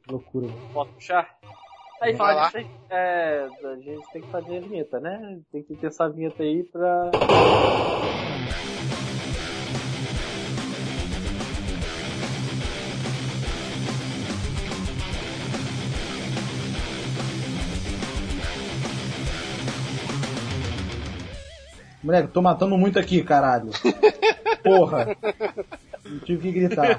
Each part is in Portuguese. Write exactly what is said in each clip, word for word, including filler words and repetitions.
Loucura. Posso puxar? Aí, fala disso aí. É, a gente tem que fazer a vinheta, né? Tem que ter essa vinheta aí pra... Moleque, tô matando muito aqui, caralho. Porra. Não tive que gritar.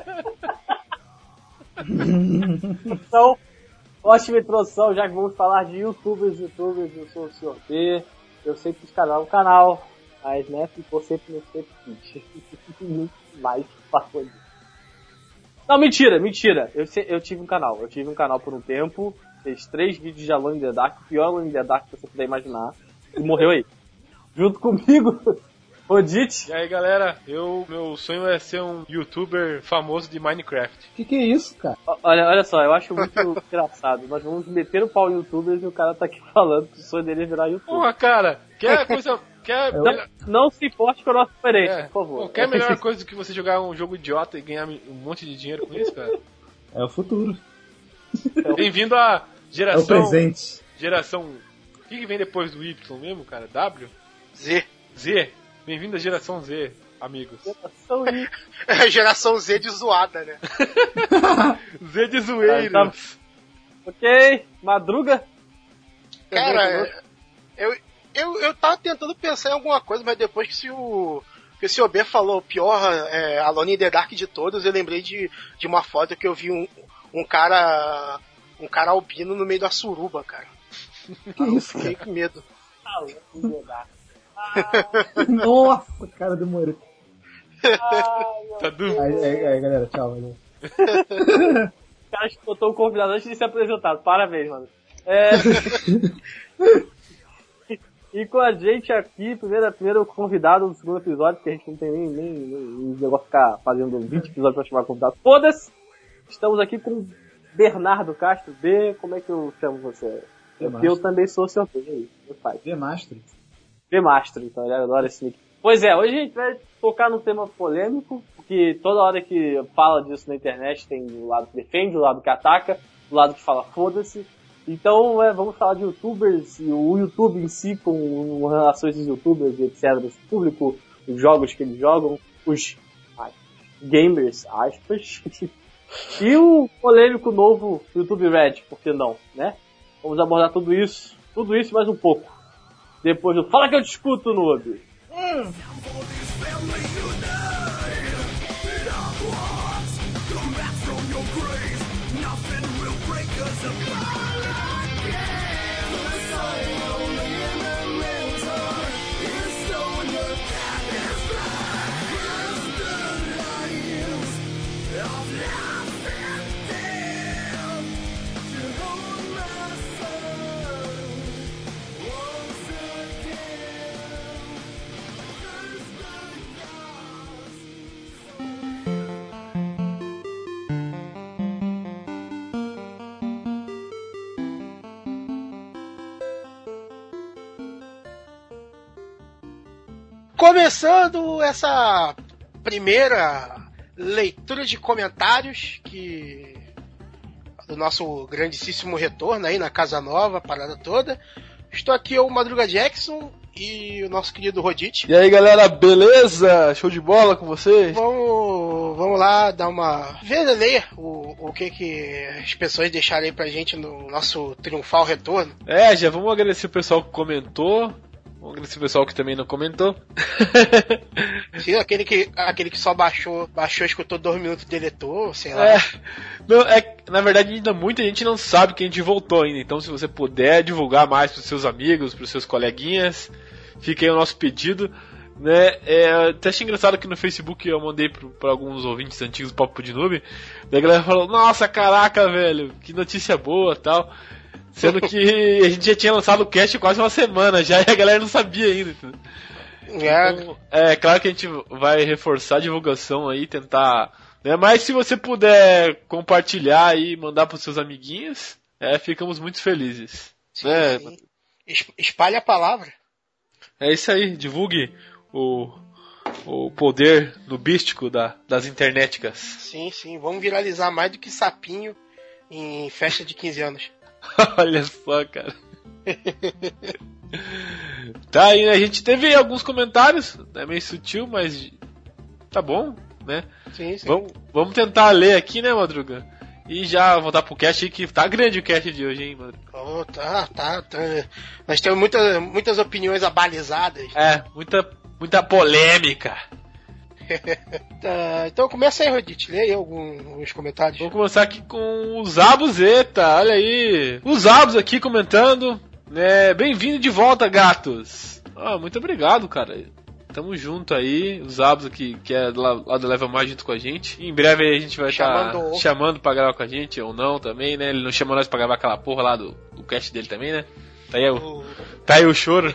Então, ótima introdução, já que vamos falar de youtubers, youtubers, eu sou o senhor B, eu sei que esse canal é um canal, mas né, ficou sempre no sempre muito mais passou disso. Não, mentira, mentira, eu, eu tive um canal, eu tive um canal por um tempo, fez três vídeos de Alone in the Dark, o pior Alone in the Dark que você puder imaginar, e morreu aí. Junto comigo, Rodite. E aí galera, eu, meu sonho é ser um youtuber famoso de Minecraft. Que que é isso, cara? Olha, olha só, eu acho muito engraçado. Nós vamos meter o pau em youtubers e o cara tá aqui falando que o sonho dele é virar youtuber. Porra, cara, quer coisa... Quer não, melhor... não se importe com a nossa experiência, é. por favor. Pô, quer melhor coisa do que você jogar um jogo idiota e ganhar um monte de dinheiro com isso, cara? É o futuro. Bem-vindo à geração... É o presente. Geração... O que, que vem depois do Y mesmo, cara? W? Z. Z. Bem-vindo à geração Z, amigos. Geração Y. É geração Z de zoada, né? Z de zoeiros. Ok, Madruga. Cara, eu, eu, eu tava tentando pensar em alguma coisa, mas depois que o, que o senhor B falou o pior é, Alone in the Dark de todos, eu lembrei de, de uma foto que eu vi um, um cara um cara albino no meio da suruba, cara. Que eu isso, fiquei cara? com medo. Alone in the Dark. Nossa, cara, demorou. Tá do... Aí, aí, aí, galera, tchau. Valeu. O cara botou o convidado antes de ser apresentado. Parabéns, mano. É... E com a gente aqui, primeiro, primeiro convidado do segundo episódio, porque a gente não tem nem, nem, nem negócio de ficar fazendo vinte episódios pra chamar convidado. Foda-se! Estamos aqui com Bernardo Castro. B, como é que eu chamo você? Porque eu também sou seu B, aí, meu pai. B Master. B Master, então, ele adora esse nick. Pois é, hoje a gente vai focar num tema polêmico, porque toda hora que fala disso na internet tem o lado que defende, o lado que ataca, o lado que fala foda-se. Então, é, vamos falar de youtubers, e o YouTube em si, com relações dos youtubers e etcétera, desse público, os jogos que eles jogam, os ai, gamers, aspas, e o polêmico novo YouTube Red, por que não, né? Vamos abordar tudo isso, tudo isso e mais um pouco. Depois do Fala Que Eu Te Escuto, Noob. Hum. Começando essa primeira leitura de comentários que do nosso grandíssimo retorno aí na Casa Nova, a parada toda. Estou aqui eu, Madruga Jackson, e o nosso querido Rodite. E aí galera, beleza? Show de bola com vocês? Vamos, vamos lá dar uma... Ver, ler o, o que, que as pessoas deixaram aí pra gente no nosso triunfal retorno. É, já vamos agradecer o pessoal que comentou. Vamos agradecer o pessoal que também não comentou. Sim, aquele que, aquele que só baixou, baixou, escutou dois minutos e deletou, sei lá. É, não, é, na verdade, ainda muita gente não sabe que a gente voltou ainda. Então, se você puder divulgar mais pros seus amigos, pros seus coleguinhas, fica aí o nosso pedido. Né? É, até achei engraçado que no Facebook eu mandei para alguns ouvintes antigos do Papo de Noob. Daí a galera falou: nossa, caraca, velho, que notícia boa tal. Sendo que a gente já tinha lançado o cast quase uma semana já e a galera não sabia ainda. É. Então, é claro que a gente vai reforçar a divulgação aí, tentar. Né? Mas se você puder compartilhar e mandar para os seus amiguinhos, é, ficamos muito felizes. Sim, né? sim. Espalhe a palavra. É isso aí, divulgue o, o poder nubístico da, das internéticas. Sim, sim, vamos viralizar mais do que sapinho em festa de quinze anos. Olha só, cara. Tá aí, né? A gente teve alguns comentários, é meio sutil, mas tá bom, né? Sim, sim. Vamos, vamos tentar ler aqui, né, Madruga? E já voltar pro cast aí, que tá grande o cast de hoje, hein, Madruga? Oh, tá, tá, tá. Nós temos muita, muitas opiniões abalizadas. É, muita, muita polêmica. Tá, então começa aí, Rodite, lê aí alguns comentários. Vamos começar aqui com o Zabuzeta, olha aí. Os Zabos aqui comentando, né? Bem-vindo de volta, gatos. Ah, muito obrigado, cara. Tamo junto aí, os Zabos aqui, que é lá, lá do Level Mais junto com a gente. Em breve aí a gente vai estar tá chamando pra gravar com a gente, ou não também, né? Ele não chamou nós pra gravar aquela porra lá do, do cast dele também, né? Tá aí o, tá aí o choro.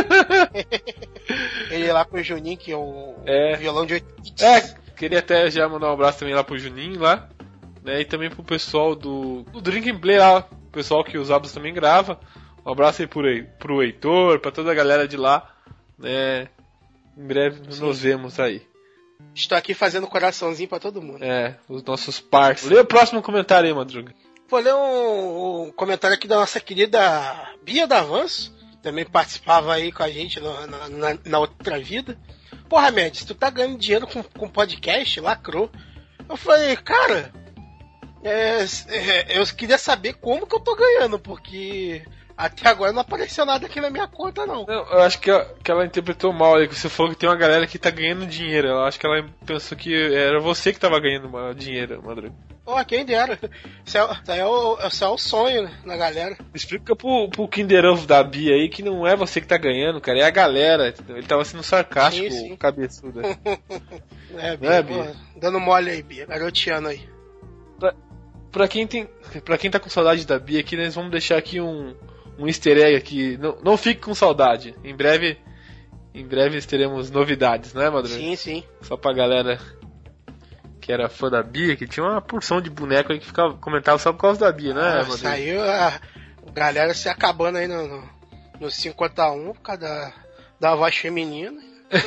Ele lá com o Juninho, que é o é. violão de oito bits. É, queria até já mandar um abraço também lá pro Juninho lá, né? E também pro pessoal do, do Drinking Play lá, o pessoal que os Zabos também grava. Um abraço aí pro, pro Heitor, pra toda a galera de lá, né? Em breve Sim. nos vemos aí. Estou aqui fazendo coraçãozinho pra todo mundo. É, os nossos parceiros. Lê o próximo comentário aí, Madruga. Vou ler um, um comentário aqui da nossa querida Bia D'Avanço, também participava aí com a gente na, na, na outra vida. Porra, Médici, tu tá ganhando dinheiro com, com podcast? Lacrou. Eu falei, cara, é, é, eu queria saber como que eu tô ganhando, porque até agora não apareceu nada aqui na minha conta, não. não eu acho que ela, que ela interpretou mal aí, que você falou que tem uma galera que tá ganhando dinheiro. Eu acho que ela pensou que era você que tava ganhando dinheiro, Madruga. Pô, quem dera. Isso é, isso é, o, isso é o sonho, né, na galera. Explica pro, pro Kinder Ovo da Bia aí que não é você que tá ganhando, cara, é a galera. Entendeu? Ele tava sendo sarcástico, sim, sim. Cabeçudo. É, Bia, é, Bia? Pô, dando mole aí, Bia, garoteando aí. Pra, pra, quem tem, pra quem tá com saudade da Bia aqui, nós vamos deixar aqui um, um easter egg aqui. Não, não fique com saudade. Em breve, em breve teremos novidades, né, Madruga? Sim, sim. Só pra galera que era fã da Bia, que tinha uma porção de boneco aí que ficava, comentava só por causa da Bia, né? Ah, saiu a galera se acabando aí no, no, no cinquenta e um por causa da, da voz feminina.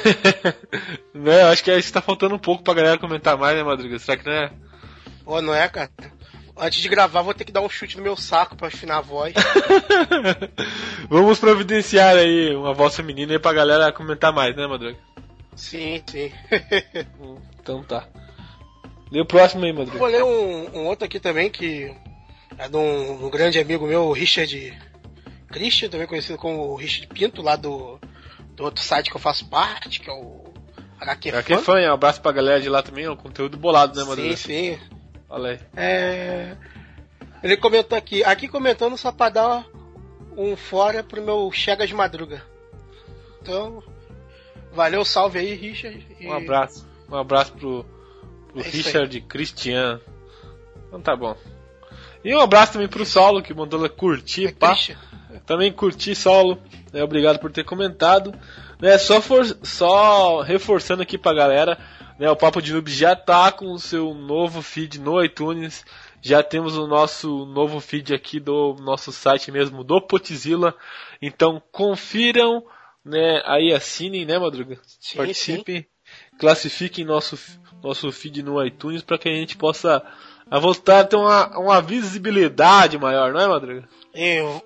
Né, acho que isso tá faltando um pouco pra galera comentar mais, né, Madruga? Será que não é? Pô, não é, cara? Antes de gravar, vou ter que dar um chute no meu saco pra afinar a voz. Vamos providenciar aí uma voz feminina aí pra galera comentar mais, né, Madruga? Sim, sim. Então tá. Lê o próximo aí, Madruga. Vou ler um, um outro aqui também, que é de um, um grande amigo meu, o Richard Christian, também conhecido como Richard Pinto, lá do, do outro site que eu faço parte, que é o H Q Fan. H Q Fan, um abraço pra galera de lá também, é um conteúdo bolado, né, Madruga? Sim, sim. Olha aí. É... Ele comentou aqui, aqui comentando só pra dar um fora pro meu Chegas Madruga. Então, valeu, salve aí, Richard. E... Um abraço. Um abraço pro o é Richard Christian. Então tá bom. E um abraço também pro Saulo, que mandou ela curtir, é pá. Christian. Também curti, Saulo. É, obrigado por ter comentado. É, só, for, só reforçando aqui pra galera, né, o Papo de Noob já tá com o seu novo feed no iTunes. Já temos o nosso novo feed aqui do nosso site mesmo, do Podzilla. Então confiram, né, aí assinem, né, Madruga? Sim, participem, sim. Classifiquem nosso nosso feed no iTunes para que a gente possa a voltar a ter uma, uma visibilidade maior, não é, Madruga? Eu,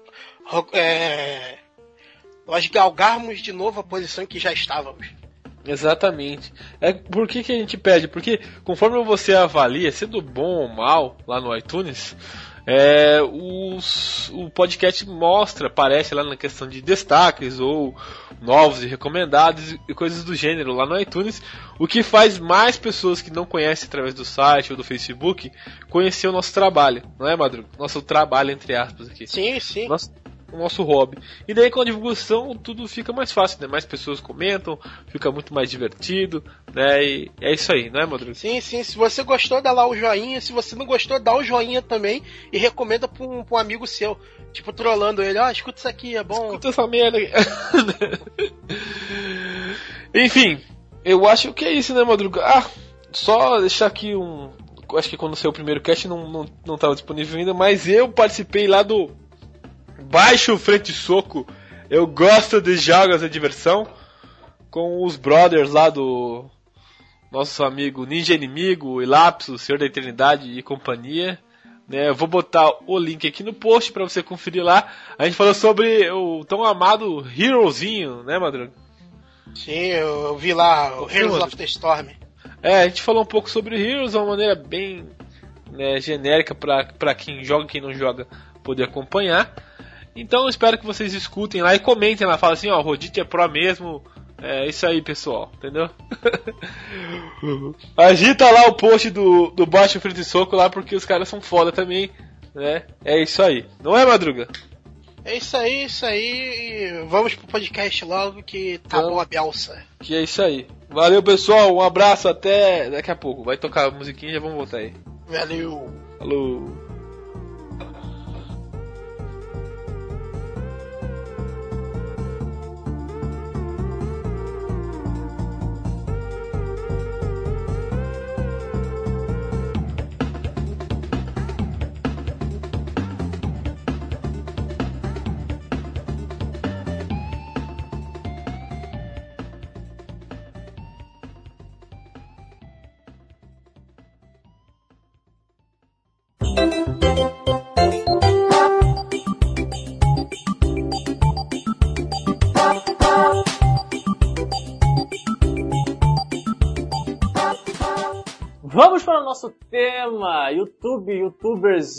é, nós galgarmos de novo a posição que já estávamos. Exatamente. É, por que, que a gente pede? Porque conforme você avalia, sendo bom ou mal lá no iTunes, é, os, o podcast mostra, aparece lá na questão de destaques ou novos e recomendados e coisas do gênero lá no iTunes, o que faz mais pessoas que não conhecem através do site ou do Facebook conhecer o nosso trabalho, não é, Madruga? Nosso trabalho, entre aspas, aqui. Sim, sim. Nosso, o nosso hobby. E daí com a divulgação tudo fica mais fácil, né? Mais pessoas comentam, fica muito mais divertido, né? E é isso aí, não é, Madruga? Sim, sim. Se você gostou, dá lá o joinha. Se você não gostou, dá o joinha também e recomenda pra um, pra um amigo seu. Tipo, trollando ele. Ó, oh, escuta isso aqui, é bom. Escuta essa merda aqui. Enfim, eu acho que é isso, né, Madruga? Ah, só deixar aqui um... Acho que quando saiu o primeiro cast não, não, não tava disponível ainda, mas eu participei lá do Baixo Frente Soco. Eu gosto de jogos de diversão com os brothers lá do nosso amigo Ninja Inimigo, Ilapso, Senhor da Eternidade e companhia, né? Eu vou botar o link aqui no post para você conferir lá. A gente falou sobre o tão amado Herozinho, né, Madruga? Sim, eu vi lá o Heroes of the Storm. É, a gente falou um pouco sobre Heroes de uma maneira bem, né, genérica para quem joga e quem não joga poder acompanhar. Então eu espero que vocês escutem lá e comentem lá, falem assim, ó, Rodite é pro mesmo. É isso aí, pessoal, entendeu? Agita lá o post do, do Baixo Frito e Soco lá, porque os caras são foda também, né? É isso aí, não é, Madruga? É isso aí, isso aí. E vamos pro podcast logo que tá Vamos. bom a Belsa. Que é isso aí. Valeu, pessoal, um abraço, até daqui a pouco. Vai tocar a musiquinha e já vamos voltar aí. Valeu. Falou. Vamos para o nosso tema, YouTube, Youtubers,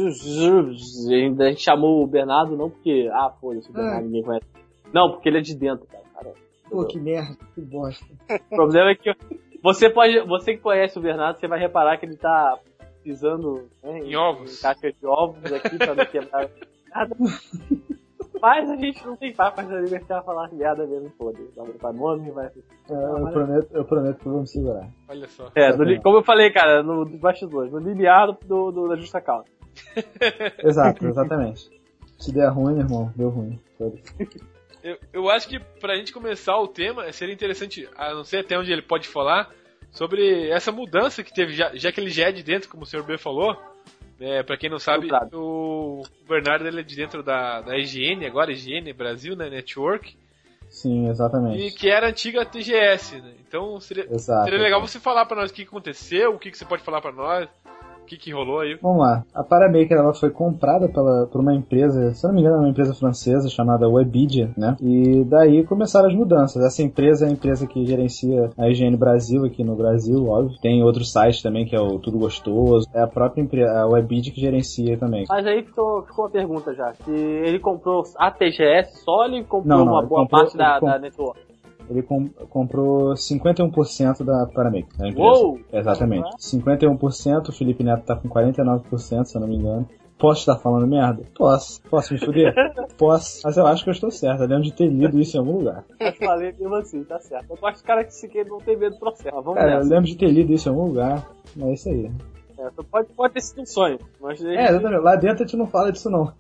a gente chamou o Bernardo não porque, ah, foda-se, o Bernardo Ah. ninguém conhece. Não, porque ele é de dentro, cara. cara. Pô, que merda, que bosta. O problema é que você pode, você que conhece o Bernardo, você vai reparar que ele tá pisando, né, Em ovos. em cascas de ovos aqui pra não quebrar nada. Mas a gente não tem papo pra libertar falar merda mesmo, foda-se. Dá pra nome, vai. É, eu, prometo, eu prometo que eu vou me segurar. Olha só. É, no li- como eu falei, cara, no, dos bastidores, no limiar do, do, da justa causa. Exato, exatamente. Se der ruim, meu irmão, deu ruim. Eu, eu acho que pra gente começar o tema, seria interessante, a não sei até onde ele pode falar, sobre essa mudança que teve, já, já que ele já é de dentro, como o senhor B falou. É, pra quem não sabe, o Bernardo ele é de dentro da, da I G N, agora I G N Brasil, né, Network. Sim, exatamente. E que era a antiga T G S, né? Então seria, Exato, seria legal exato. você falar pra nós o que aconteceu, o que, que você pode falar pra nós, o que, que rolou aí. Vamos lá. A Paramaker ela foi comprada pela, por uma empresa, se eu não me engano, é uma empresa francesa chamada Webidia, né? E daí começaram as mudanças. Essa empresa é a empresa que gerencia a I G N Brasil aqui no Brasil, óbvio. Tem outros sites também, que é o Tudo Gostoso. É a própria empresa, a Webidia que gerencia também. Mas aí ficou, ficou uma pergunta já. Se ele comprou a T G S só ou ele comprou Não, não, uma ele boa comprou- parte da, ele comp- da Network? Ele com, comprou cinquenta e um por cento da Paramaker, da empresa. Uou! Exatamente. cinquenta e um por cento, o Felipe Neto tá com quarenta e nove por cento, se eu não me engano. Posso estar falando merda? Posso. Posso me fuder? Posso. Mas eu acho que eu estou certo. Eu lembro de ter lido isso em algum lugar. Eu falei mesmo assim, tá certo. Eu gosto de cara que se quer não tem medo do processo. Mas vamos Cara, eu nessa. lembro de ter lido isso em algum lugar. Mas é isso aí. É, pode, pode ter sido um sonho. Mas É, exatamente. Lá dentro a gente não fala disso, não.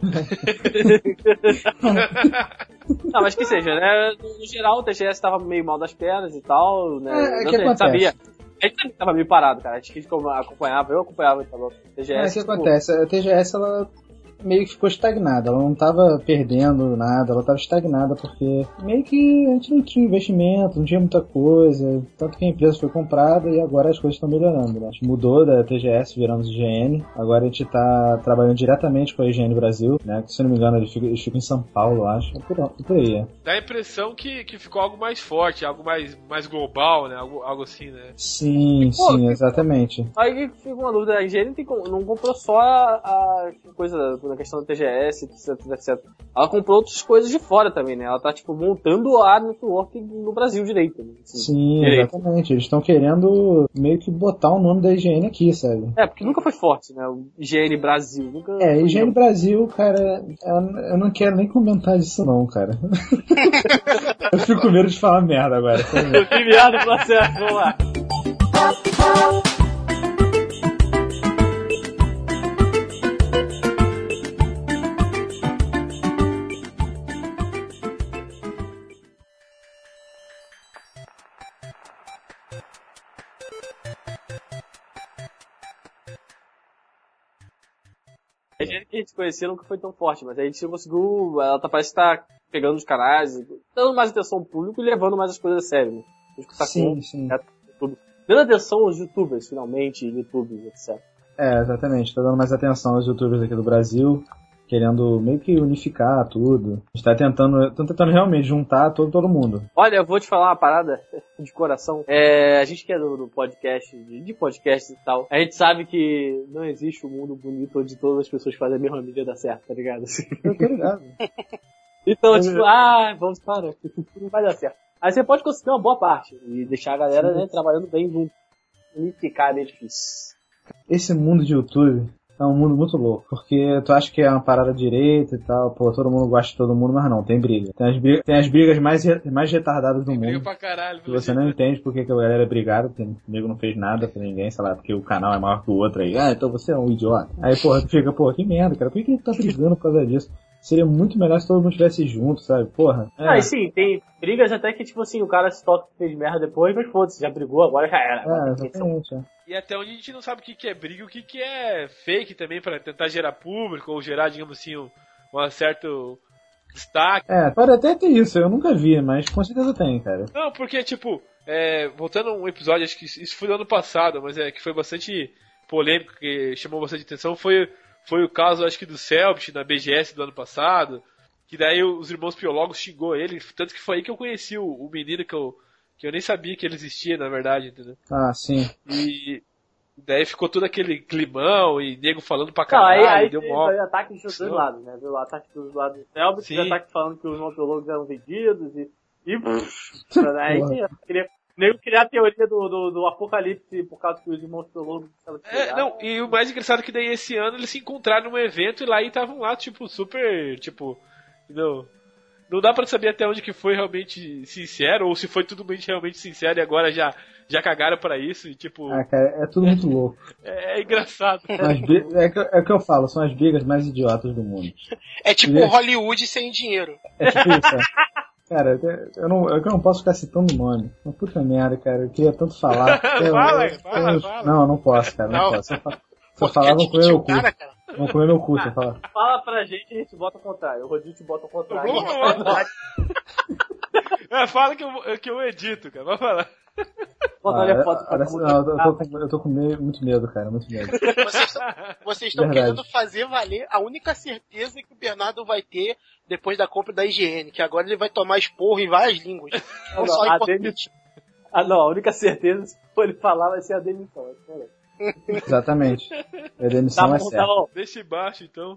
Não, mas que seja, né? No, no geral, o T G S tava meio mal das pernas e tal, né? É, é Não que sei, a gente acontece. sabia. A gente também tava meio parado, cara. A gente acompanhava, eu acompanhava o T G É, o S. que tipo, acontece? A T G S, ela meio que ficou estagnada. Ela não tava perdendo nada, ela tava estagnada porque meio que a gente não tinha investimento, não tinha muita coisa. Tanto que a empresa foi comprada e agora as coisas estão melhorando, né? A gente mudou da T G S, viramos I G N. Agora a gente tá trabalhando diretamente com a I G N Brasil, né? Que, se eu não me engano, eles ficam, eles ficam em São Paulo, eu acho. É por, é por aí, é. Dá a impressão que, que ficou algo mais forte, algo mais, mais global, né? Algo, algo assim, né? Sim, Pô, sim, que- exatamente. Aí fica uma dúvida, a I G N tem, com- não comprou só a, a coisa na questão da T G S, etc, etcétera. Ela comprou outras coisas de fora também, né? Ela tá, tipo, montando a network no Brasil direito. Né? Assim, Sim, direito. exatamente. Eles estão querendo meio que botar o nome da I G N aqui, sabe? É, porque nunca foi forte, né? O I G N Brasil. Nunca É, foi I G N não. Brasil, cara, eu eu não quero nem comentar disso não, cara. Eu fico com medo de falar merda agora. tô com medo. Que viado do processo, vamos lá. A gente que a gente conhecia nunca foi tão forte, mas a gente conseguiu, ela tá, parece que tá pegando os canais, dando mais atenção ao público e levando mais as coisas a sério, né? A gente tá Sim, com- sim. YouTube. Dando atenção aos youtubers, finalmente, youtubers, etcétera. É, exatamente. Tá dando mais atenção aos youtubers aqui do Brasil, querendo meio que unificar tudo. A gente tá tentando, tô tentando realmente juntar todo, todo mundo. Olha, eu vou te falar uma parada de coração. É, a gente que é do, do podcast, de, de podcast e tal, a gente sabe que não existe um mundo bonito onde todas as pessoas fazem a mesma mídia dar certo, tá ligado? Eu tô ligado. Então, tipo, ah, vamos parar, não vai dar certo. Aí você pode conseguir uma boa parte e deixar a galera, né, trabalhando bem junto. Unificar é meio difícil. Esse mundo de YouTube é um mundo muito louco, porque tu acha que é uma parada direita e tal, pô, todo mundo gosta de todo mundo, mas não, tem briga. Tem as brigas, tem as brigas mais, mais retardadas do tem mundo. Briga pra caralho. Que você não entende porque que a galera é brigada, porque o nego não fez nada pra ninguém, sei lá, porque o canal é maior que o outro aí. Ah, então você é um idiota. Aí, porra, tu fica, porra, que merda, cara, por que que ele tá brigando por causa disso? Seria muito melhor se todo mundo estivesse junto, sabe? Porra. É. Ah, e sim, tem brigas até que, tipo assim, o cara se toca que fez merda depois, mas foda-se, já brigou, agora já era. É, exatamente, é. E até onde a gente não sabe o que que é briga e o que que é fake também, pra tentar gerar público, ou gerar, digamos assim, um, um certo destaque. É, pode até ter isso, eu nunca vi, mas com certeza tem, cara. Não, porque, tipo, é, voltando a um episódio, acho que isso foi no ano passado, mas é que foi bastante polêmico, que chamou bastante atenção, foi... Foi o caso, acho que, do Selbit na B G S do ano passado, que daí os irmãos biólogos xingou ele, tanto que foi aí que eu conheci o, o menino que eu, que eu nem sabia que ele existia, na verdade, entendeu? Ah, sim. E daí ficou todo aquele climão e nego falando pra Não, caralho, aí, aí deu teve mó... ataque dos dois lados, né? Viu o ataque dos lados do Selbit, o ataque falando que os irmãos biólogos eram vendidos e... e aí queria... Nem criar a teoria do, do, do apocalipse por causa que os irmãos biólogos... É, não, e o mais engraçado é que daí esse ano eles se encontraram num evento e lá estavam lá, tipo, super, tipo, não, não dá pra saber até onde que foi realmente sincero, ou se foi tudo realmente sincero e agora já, já cagaram pra isso e tipo... Ah, cara, é tudo muito louco. É, é engraçado. Bri- é, que, é que eu falo, são as brigas mais idiotas do mundo. É tipo E é- Hollywood sem dinheiro. É tipo isso, é. Cara, eu não, eu não posso ficar citando nome. Uma puta merda, cara. Eu queria tanto falar. Eu, Fala, eu- fala, eu- fala. Não, não posso, cara. Não, Não. posso. Se eu, fa- se Pô, eu tu falar, quer vão comer dividir meu o cu. cara, cara? Vão comer meu cu se eu falar. Fala pra gente e a gente bota ao contrário. O Rodrigo te bota ao contrário. É, fala que eu, que eu edito, cara, vai falar. Bota Ah, ali a foto olha, pra assim, não, eu, tô, eu, tô com, eu tô com medo- muito medo, cara. Muito medo. Vocês estão, vocês estão Verdade. querendo fazer valer a única certeza que o Bernardo vai ter depois da compra da I G N, que agora ele vai tomar esporro em várias línguas. Não, Não, só a em português. Ah, não, a única certeza, se for ele falar, vai ser a demissão. É diferente. Exatamente. A demissão Tá é bom, certa. tá bom. Deixa embaixo, então.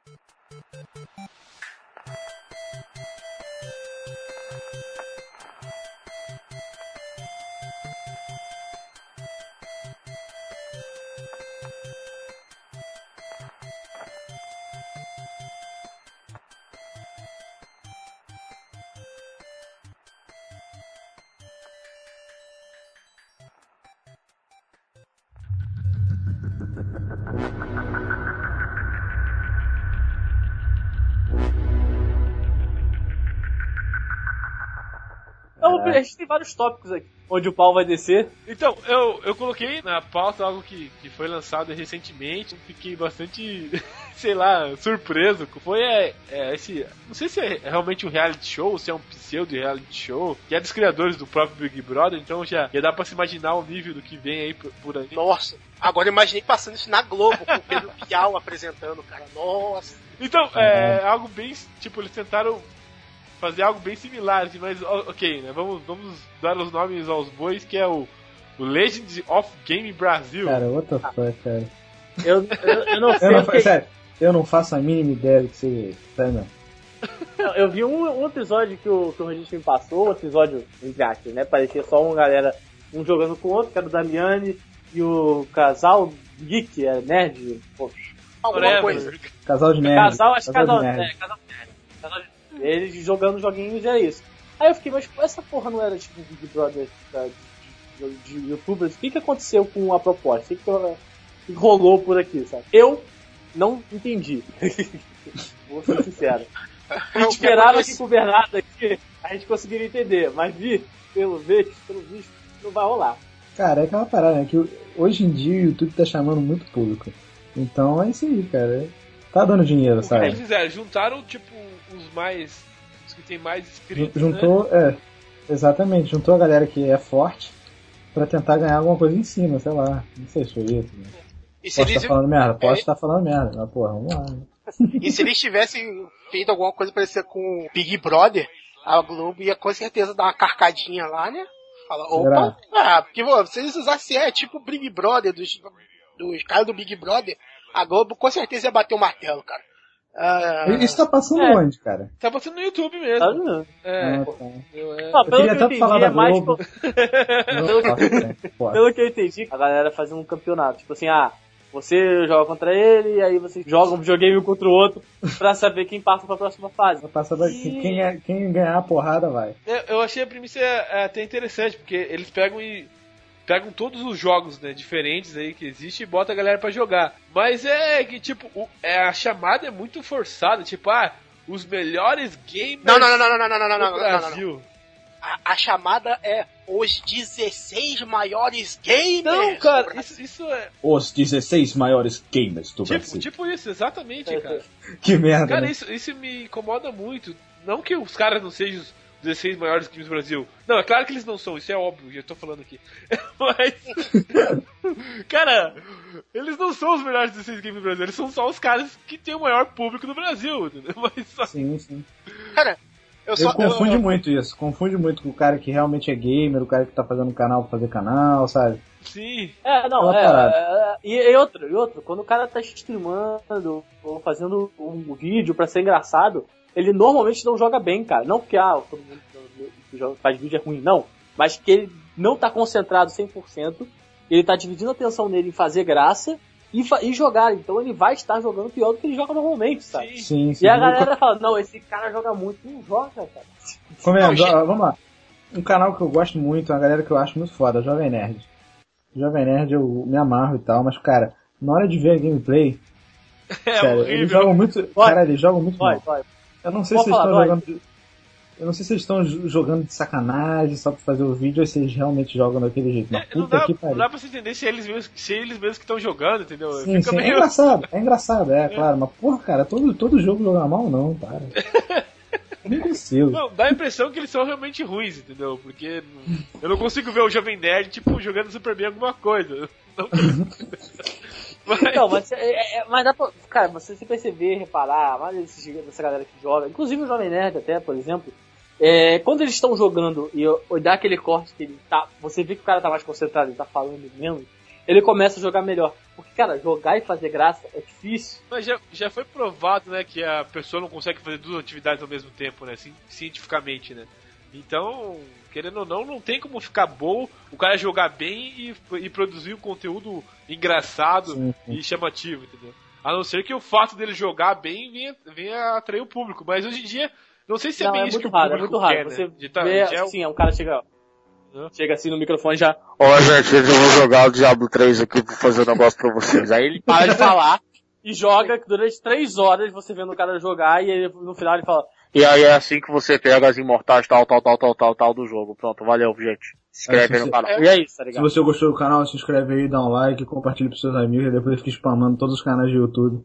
Então, a gente tem vários tópicos aqui, onde o pau vai descer. Então, eu, eu coloquei na pauta algo que, que foi lançado recentemente, fiquei bastante, sei lá, surpreso. Foi é, é, esse, não sei se é realmente um reality show, ou se é um pseudo reality show, que é dos criadores do próprio Big Brother, então já, já dá pra se imaginar o nível do que vem aí por, por aí. Nossa, agora eu imaginei passando isso na Globo, com o Pedro Bial apresentando, cara. Nossa. Então, é algo bem, tipo, eles tentaram fazer algo bem similar, assim, mas ok, né? Vamos, vamos dar os nomes aos bois, que é o, o Legends of Game Brasil. Cara, what the fuck, cara. Eu, eu, eu não sei. Eu não, o fa- que- sério, eu não faço a mínima ideia do que seja. Sério, não. Não, eu vi um, um episódio que o, que o Rodrigo me passou, um episódio entre aspas, né? Parecia só uma galera, um jogando com o outro, que era o Damiani e o casal geek, é nerd, pô. Alguma Whatever. coisa. Casal de nerd. Casal, acho que casal, de é, nerd. casal de nerd. Casal de- Eles jogando joguinhos e é isso. Aí eu fiquei, mas essa porra não era tipo Big Brother da- de, de, de youtubers? O que que aconteceu com a proposta? O que que, ela- que rolou por aqui, sabe? Eu não entendi. Vou ser sincero. Eu esperava que com o Bernardo aqui a gente conseguiria entender, mas vi, pelo visto, pelo visto, não vai rolar. Cara, é aquela parada, né? Que hoje em dia o YouTube tá chamando muito público. Então é isso aí, cara. Tá dando dinheiro, O que sabe? eles fizeram? Juntaram, tipo, os mais... os que tem mais inscritos, Jun- né? Juntou, é, exatamente, juntou a galera que é forte pra tentar ganhar alguma coisa em cima, sei lá. Não sei se foi isso. Né? E se Posso eles... estar falando merda? Posso É. estar falando merda, mas porra, vamos lá. né? E se eles tivessem feito alguma coisa parecida com o Big Brother, a Globo ia com certeza dar uma carcadinha lá, né? Fala, opa, ah, porque pô, se eles usassem, é tipo o Big Brother, dos, dos caras do Big Brother, a Globo com certeza ia bater o martelo, cara. Ah, Isso tá passando É. onde, cara? Tá passando no YouTube Tá mesmo. vendo? É. Ah, tá. Eu, é. Não, Eu pelo queria que eu tanto falar entendi, da é mais Globo. pelo, Não faço tempo, porra. pelo que eu entendi, a galera fazendo um campeonato. Tipo assim, ah, você joga contra ele, e aí você joga um videogame contra o outro pra saber quem passa pra próxima fase. Passa daqui. Quem, é- quem ganhar a porrada vai. Eu, eu achei a premissa é, até interessante, porque eles pegam e pegam todos os jogos, né, diferentes aí que existe e botam a galera pra jogar. Mas é que, tipo, o, é, a chamada é muito forçada, tipo, ah, os melhores gamers Não, não, não, não, não, não, não, não, do não, não, não, não. Brasil. A, a chamada é os dezesseis maiores gamers. Não, do cara, Brasil. isso, isso é Os dezesseis maiores gamers do tipo, Brasil. tipo isso, exatamente, cara. Que merda. Cara, né? isso, isso me incomoda muito. Não que os caras não sejam os dezesseis maiores games do Brasil. Não, é claro que eles não são, isso é óbvio, já tô falando aqui. Mas, cara, eles não são os melhores dezesseis games do Brasil, eles são só os caras que têm o maior público do Brasil, entendeu? Mas só... Sim, sim. Cara, eu Eu só... confunde eu- muito isso. Confunde muito com o cara que realmente é gamer, o cara que tá fazendo canal pra fazer canal, sabe? Sim. É, não, Uma é, parada. é, e, e outro, e outro, quando o cara tá streamando ou fazendo um vídeo pra ser engraçado, ele normalmente não joga bem, cara. Não porque, ah, todo mundo que joga- faz vídeo é ruim, não. Mas que ele não tá concentrado cem por cento, ele tá dividindo a atenção nele em fazer graça e, fa- e jogar. Então ele vai estar jogando pior do que ele joga normalmente, sabe? Sim. Sim, sim. E a galera fala, não, esse cara joga muito. Não joga, cara. Comendo, Não, ó, vamos lá. Um canal que eu gosto muito, uma galera que eu acho muito foda, Jovem Nerd. Jovem Nerd eu me amarro e tal, mas cara, na hora de ver a gameplay, É sério, horrível. eles jogam muito. Vai. Cara, eles jogam muito Vai, mal. vai. Eu não sei Pode se eles falar, estão vai. jogando. Eu não sei se eles estão jo- jogando de sacanagem só pra fazer o vídeo ou se eles realmente jogam daquele jeito. Mas É, não, puta dá, que não pariu. dá pra você entender se é eles mesmos, se é eles mesmos que estão jogando, entendeu? Sim, Fica sim. É meio... engraçado, é engraçado, é, claro. Mas porra, cara, todo, todo jogo jogar mal não, para. Não é possível. Não, dá a impressão que eles são realmente ruins, entendeu? Porque eu não consigo ver o Jovem Nerd, tipo, jogando super bem alguma coisa. Não mas, Então, mas, é, é, mas dá pra, cara, você se perceber, reparar, mais desse, dessa galera que joga, inclusive o Jovem Nerd até, por exemplo, é, quando eles estão jogando e, e dá aquele corte que ele tá, você vê que o cara tá mais concentrado, ele tá falando menos, ele começa a jogar melhor. Porque, cara, jogar e fazer graça é difícil. mas já, já foi provado, né, que a pessoa não consegue fazer duas atividades ao mesmo tempo, né, ci- cientificamente, né. Então, querendo ou não, não tem como ficar bom o cara jogar bem e, e produzir um conteúdo engraçado Sim, sim. e chamativo, entendeu? A não ser que o fato dele jogar bem venha, venha atrair o público. Mas hoje em dia, não sei se é Não, bem é isso muito que o raro, é público muito raro. quer, Você né? De tá- vê, já é o- assim, é um cara chega, Hã? chega assim no microfone já, Ó, gente, eu vou jogar o Diablo três aqui pra fazer um negócio pra vocês. Aí ele para de falar e joga durante três horas você vendo o cara jogar e ele, no final ele fala, E aí é assim que você pega as imortais tal, tal, tal, tal, tal, tal do jogo. Pronto, valeu, gente. Se inscreve aí no canal. e é isso, tá Se ligado? você gostou do canal, se inscreve aí, dá um like, compartilha pros seus amigos e depois fica spamando todos os canais de YouTube.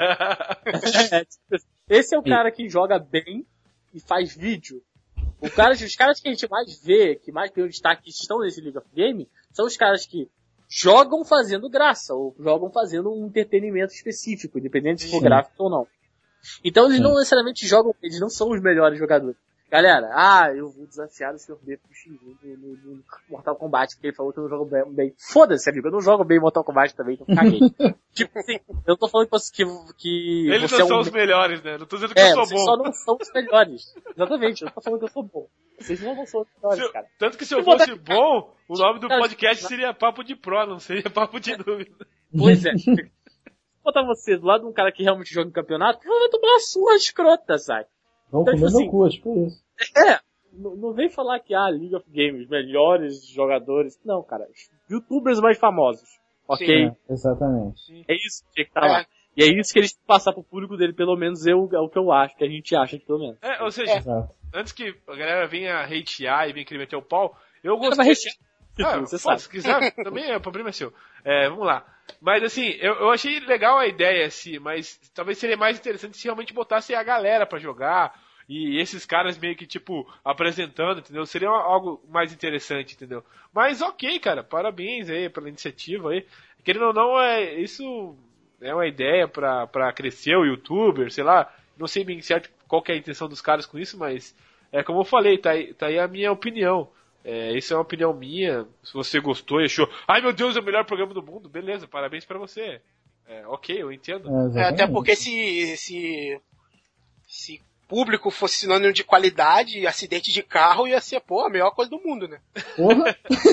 É, tipo, esse é o cara que joga bem e faz vídeo. O cara, os caras que a gente mais vê, que mais tem o destaque, que estão nesse League of Game, são os caras que jogam fazendo graça, ou jogam fazendo um entretenimento específico, independente se for Sim. gráfico ou não. Então eles Sim. não necessariamente jogam, eles não são os melhores jogadores. Galera, ah, eu vou desafiar o senhor B pro X no, no, no Mortal Kombat, porque ele falou que eu não jogo bem. bem. Foda-se, amigo, eu não jogo bem Mortal Kombat também, então caguei. Tipo assim, eu tô falando que, você- que, que Eles você não é são um... os melhores, né? Não tô dizendo que É, eu sou vocês bom. só não são os melhores. Exatamente, eu não tô falando que eu sou bom. Vocês não são os melhores, Se eu- cara. Tanto que se eu Se botar- fosse bom, o nome do Cara, podcast não- seria Papo de Pro, não seria Papo de Dúvida. Pois é. Se botar você do lado de um cara que realmente joga em campeonato, ele vai tomar uma surra escrota, sabe? Vão Então, comer tipo meu assim, cu, é tipo isso. É, não, não vem falar que, ah, League of Games, melhores jogadores. Não, cara, os youtubers mais famosos. Ok? É, exatamente. É isso que tinha que estar É. lá. E é isso que eles têm que passar pro público dele, pelo menos eu, é o que eu acho, que a gente acha, pelo menos. É, ou seja, Exato. antes que a galera venha hatear e venha querer meter o pau, eu Mas gostei. vai Ah, você pô, sabe. se quiser, também é, o problema é seu. É, vamos lá. Mas assim, eu, eu achei legal a ideia, assim, mas talvez seria mais interessante se realmente botasse a galera pra jogar e esses caras meio que, tipo, apresentando, entendeu? Seria algo mais interessante, entendeu? Mas ok, cara, parabéns aí pela iniciativa aí. Querendo ou não, é, isso é uma ideia pra, pra crescer o youtuber, sei lá. Não sei bem certo qual que é a intenção dos caras com isso, mas é como eu falei, tá aí, tá aí a minha opinião. É, isso é uma opinião minha. Se você gostou e achou, ai meu Deus, é o melhor programa do mundo, beleza, parabéns pra você. É, ok, eu entendo. É, É, até porque se, se, se público fosse sinônimo de qualidade, acidente de carro ia ser, pô, a melhor coisa do mundo, né? Porra!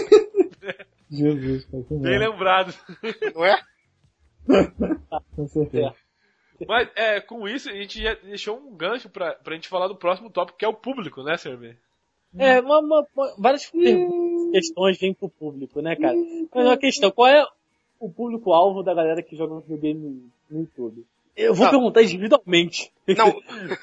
Jesus, cara, que Bem merda. lembrado. Não é? Com certeza. Mas é, com isso a gente já deixou um gancho pra, pra gente falar do próximo tópico, que é o público, né, Cerve? É, uma, uma, uma- várias perguntas, questões vêm pro público, né, cara? Mas uma questão, qual é o público-alvo da galera que joga videogame no YouTube? Eu vou Não. perguntar individualmente. Não,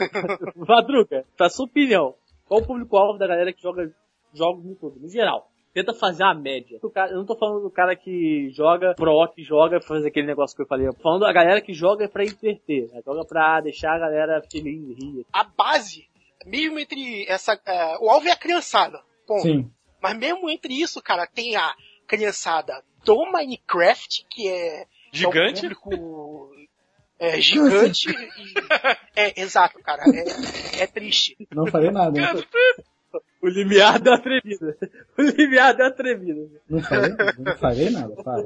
Madruga, pra sua opinião, qual o público-alvo da galera que joga jogos no YouTube? No geral. Tenta fazer a média. O cara- Eu não tô falando do cara que joga pro, que joga fazer aquele negócio que eu falei. Eu tô falando da galera que joga pra entreter, né? Joga pra deixar a galera feliz, rir. a base, mesmo entre essa, é, o alvo é a criançada, ponto. Sim. Mas mesmo entre isso, cara, tem a criançada do Minecraft, que é Gigante? é um público é, gigante. e, é, exato, cara. É, é triste. Não falei nada. Hein? O limiar deu a tremida. O limiar deu a tremida. Não falei, não falei nada, para.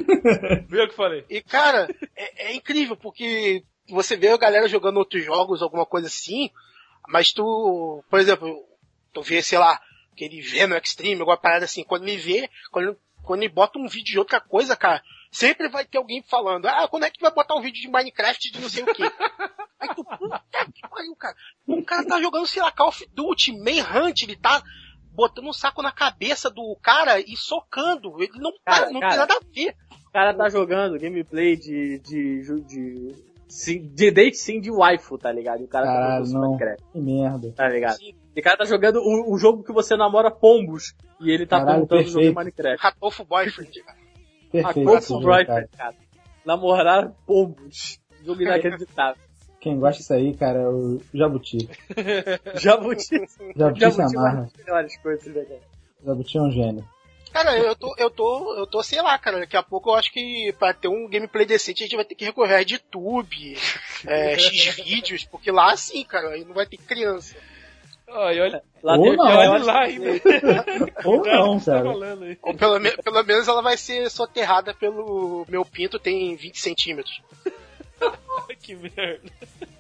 Viu o que falei? E, cara, é, é incrível, porque você vê a galera jogando outros jogos, alguma coisa assim, mas tu, por exemplo, tu vê, sei lá, aquele Venom Extreme, alguma parada assim, quando ele vê, quando, quando ele bota um vídeo de outra coisa, cara, sempre vai ter alguém falando, ah, quando é que vai botar um vídeo de Minecraft de não sei o quê? Aí tu, puta que pariu, cara. O cara tá jogando, sei lá, Call of Duty, Manhunt, ele tá botando um saco na cabeça do cara e socando. Ele não, Cara, tá, não cara. tem nada a ver. O cara tá jogando gameplay de. de. de. de, sim, de date sim de waifu, tá ligado? E o cara Caralho, tá jogando não. Minecraft, Que merda. tá ligado? Sim. E o cara tá jogando o, o jogo que você namora pombos. E ele tá Caralho, perguntando o jogo de perfeito. Minecraft. Ratofo Boyfriend, cara. A Perfeito. esse Coco jogo, cara. Boyfriend, cara. Namorar pombos. Jogo inacreditável. Quem gosta disso aí, cara, é o Jabuti. Jabuti. Jabuti se Jabuti é uma amarra. das melhores coisas, né, cara? Jabuti é um gênio. Cara, eu tô, eu tô, eu tô, sei lá, cara, daqui a pouco eu acho que pra ter um gameplay decente a gente vai ter que recorrer a YouTube, é, X-Vídeos, porque lá sim, cara, aí não vai ter criança. Ai, olha, Lá Ou tem não. olha lá ainda. Ou não, Tá cara. falando aí. Ou pelo, me- pelo menos ela vai ser soterrada pelo meu pinto, tem vinte centímetros. Que merda.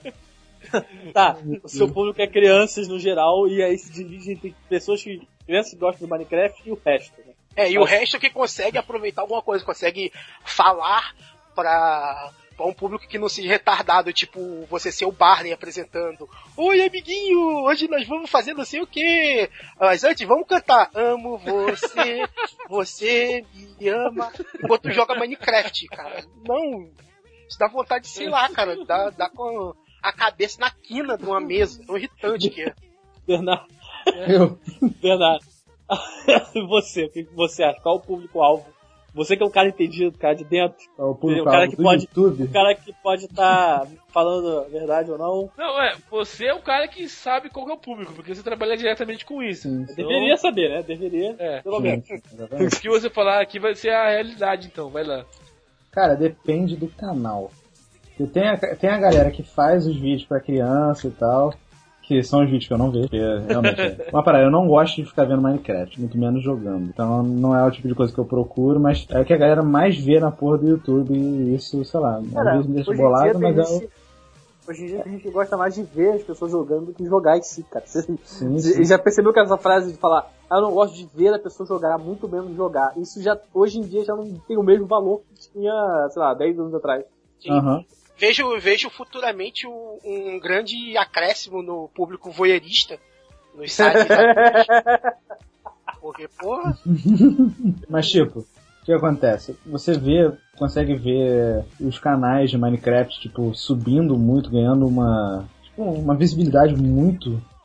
Tá, o seu público é crianças no geral, e aí se divide entre pessoas que. Crianças que gostam do Minecraft e o resto, né? É, e o resto que consegue aproveitar alguma coisa, consegue falar pra, pra um público que não seja retardado, tipo você ser o Barney apresentando. Oi, amiguinho, hoje nós vamos fazer não sei o quê. Mas antes, vamos cantar. Amo você, você me ama. Enquanto joga Minecraft, cara. Não, isso dá vontade de, sei lá, cara, dá, dá com a cabeça na quina de uma mesa. Tão irritante que é. Bernardo. Eu. Bernardo. Você, o que que você acha? Qual o público-alvo? Você que é um cara entendido, cara de dentro. É o O público cara alvo que do pode- YouTube. O cara que pode estar falando a verdade ou não. Não, é, você é o cara que sabe qual que é o público, porque você trabalha diretamente com isso. Sim, Então, Deveria saber, né? Deveria. É. Pelo menos. sim, exatamente. O que você falar aqui vai ser a realidade, então, vai lá. Cara, depende do canal. Porque tem a, tem a galera que faz os vídeos pra criança e tal, que são os vídeos que eu não vejo, porque realmente é uma parada, eu não gosto de ficar vendo Minecraft, muito menos jogando. Então não é o tipo de coisa que eu procuro, mas é o que a galera mais vê na porra do YouTube, e isso, sei lá, Cara, às vezes me deixa hoje em dia bolado, tem mas é o... gente- Hoje em dia tem gente que gosta mais de ver as pessoas jogando do que jogar em si, cara. Você Sim, você sim. já percebeu que essa frase de falar, ah, eu não gosto de ver a pessoa jogar, muito menos jogar. Isso já, hoje em dia, já não tem o mesmo valor que tinha, sei lá, dez anos atrás. Aham. Vejo, vejo futuramente um, um grande acréscimo no público voyeurista nos sites da porque, porra, Mas tipo, o que acontece? Você vê, consegue ver os canais de Minecraft, tipo, subindo muito, ganhando uma, tipo, uma visibilidade muito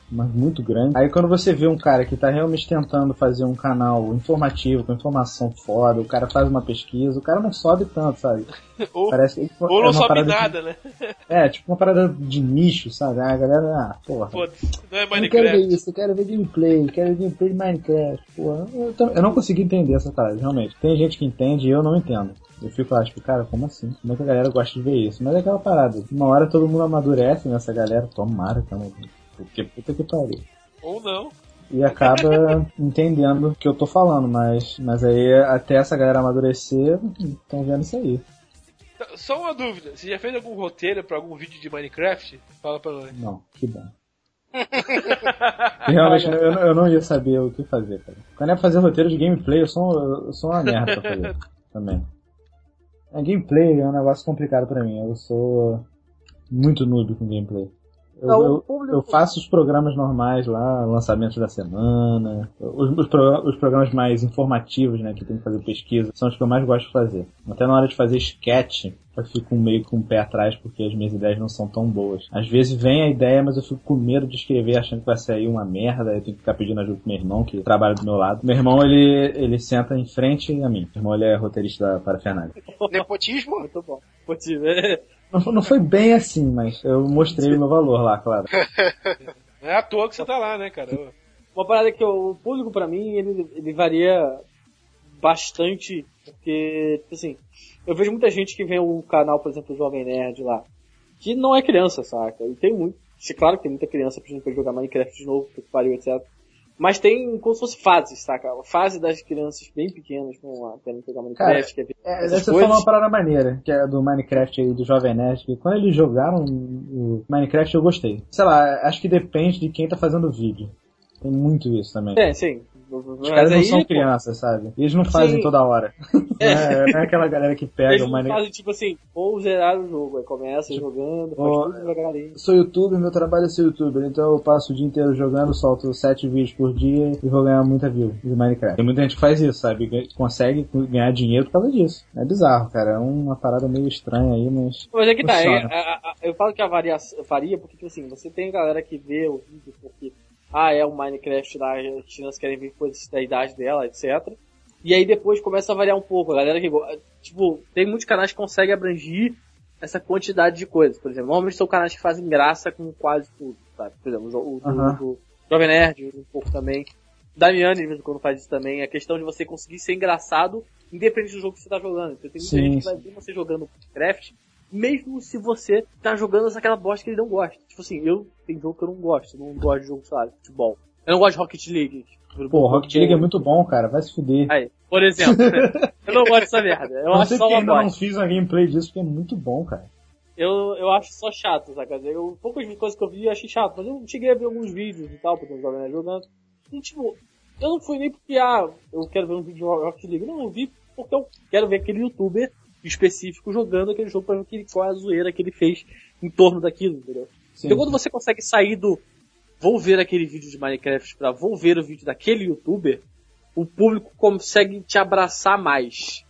mas muito grande. Aí quando você vê um cara que tá realmente tentando fazer um canal informativo, com informação foda, o cara faz uma pesquisa, o cara não sobe tanto, sabe? ou, Parece que ou é não uma sobe parada nada, de, né? É, tipo uma parada de nicho, sabe? Ah, a galera, ah, porra. Foda-se, não é Eu quero ver Minecraft. isso, eu quero ver gameplay, quero ver gameplay de Minecraft. Porra, eu, tam- eu não consegui entender essa parada, realmente. Tem gente que entende e eu não entendo. Eu fico lá, tipo, cara, como assim? Como é que a galera gosta de ver isso? Mas é aquela parada. Uma hora todo mundo amadurece nessa galera. Tomara, cara. Porque puta que pariu. Ou não. E acaba entendendo o que eu tô falando, mas, mas aí até essa galera amadurecer, estão vendo isso aí. Só uma dúvida, você já fez algum roteiro pra algum vídeo de Minecraft? Fala pra nós. Não, que bom. Realmente, eu, eu não ia saber o que fazer, cara. Quando é pra fazer roteiro de gameplay, eu sou, eu sou uma merda pra fazer também. A gameplay é um negócio complicado pra mim. Eu sou muito noob com gameplay. Eu, Não, o eu, público- eu faço os programas normais lá, lançamentos da semana. Os, os, pro- os programas mais informativos, né, que tem que fazer pesquisa, são os que eu mais gosto de fazer. Até na hora de fazer sketch, eu fico meio com o pé atrás porque as minhas ideias não são tão boas. Às vezes vem a ideia, mas eu fico com medo de escrever achando que vai sair uma merda. Eu tenho que ficar pedindo ajuda pro meu irmão, que trabalha do meu lado. Meu irmão, ele, ele senta em frente a mim. Meu irmão, ele é roteirista da Parafernália. Nepotismo? Muito bom. Pô, tive. Não, não foi bem assim, mas eu mostrei o meu valor lá, claro. Não é à toa que você tá lá, né, cara? Uma parada que eu- o público pra mim, ele, ele varia bastante, porque, assim, eu vejo muita gente que vê o canal, por exemplo, do Jovem Nerd lá, que não é criança, saca? E tem muito, é claro que tem muita criança, por exemplo, pra jogar Minecraft de novo, que pariu, etcétera. Mas tem como se fosse fases, saca? A fase das crianças bem pequenas, como a querendo jogar Minecraft, Cara, quer ver É, essas você coisas. falou uma parada maneira, que é do Minecraft aí, do Jovem Nerd, que quando eles jogaram o Minecraft eu gostei. Sei lá, acho que depende de quem tá fazendo o vídeo. Tem muito isso também. É, sim. Os caras não são crianças, sabe? Eles não fazem Sim. toda hora. É, não é aquela galera que pega Eles o não Minecraft. fazem tipo assim, vou zerar o jogo, aí começa jogando, faz Ó, tudo devagarinho. Sou youtuber, meu trabalho é ser youtuber, então eu passo o dia inteiro jogando, solto sete vídeos por dia e vou ganhar muita view de Minecraft. Tem muita gente que faz isso, sabe? Ganha- Consegue ganhar dinheiro por causa disso. É bizarro, cara. É uma parada meio estranha aí, mas. Mas é que tá, é, funciona. a- a- eu falo que a varia, varia porque, tipo assim, você tem galera que vê o vídeo porque, ah, é o Minecraft lá, as crianças querem ver coisas da idade dela, etcétera. E aí depois começa a variar um pouco. A galera que, go- tipo, tem muitos canais que conseguem abranger essa quantidade de coisas. Por exemplo, normalmente são canais que fazem graça com quase tudo, sabe? Por exemplo, o, o, Aham. do Jovem Nerd, um pouco também. Damiani, de vez em quando, faz isso também. A questão de você conseguir ser engraçado, independente do jogo que você tá jogando. Então, tem muita Sim, gente que vai sim. ver você jogando Minecraft, mesmo se você tá jogando aquela bosta que ele não gosta. Tipo assim, eu tem jogo que eu não gosto. Eu não gosto de jogo, sei lá, de futebol. Eu não gosto de Rocket League. Pô, Rocket League é muito bom, cara. Vai se fuder. Aí, por exemplo, eu não gosto dessa merda. Eu não acho sei só porque uma ainda não bosta. fiz uma gameplay disso, porque é muito bom, cara. Eu, eu acho só chato, saca? Eu, poucas coisas que eu vi eu achei chato, mas eu cheguei a ver alguns vídeos e tal, porque eu jogando jogando. E tipo, eu não fui nem porque, ah, eu quero ver um vídeo de Rocket League. Não, eu vi porque eu quero ver aquele youtuber específico jogando aquele jogo pra ver que ele- qual é a zoeira que ele fez em torno daquilo, entendeu? Sim. Então quando você consegue sair do vou ver aquele vídeo de Minecraft pra vou ver o vídeo daquele youtuber, o público consegue te abraçar mais.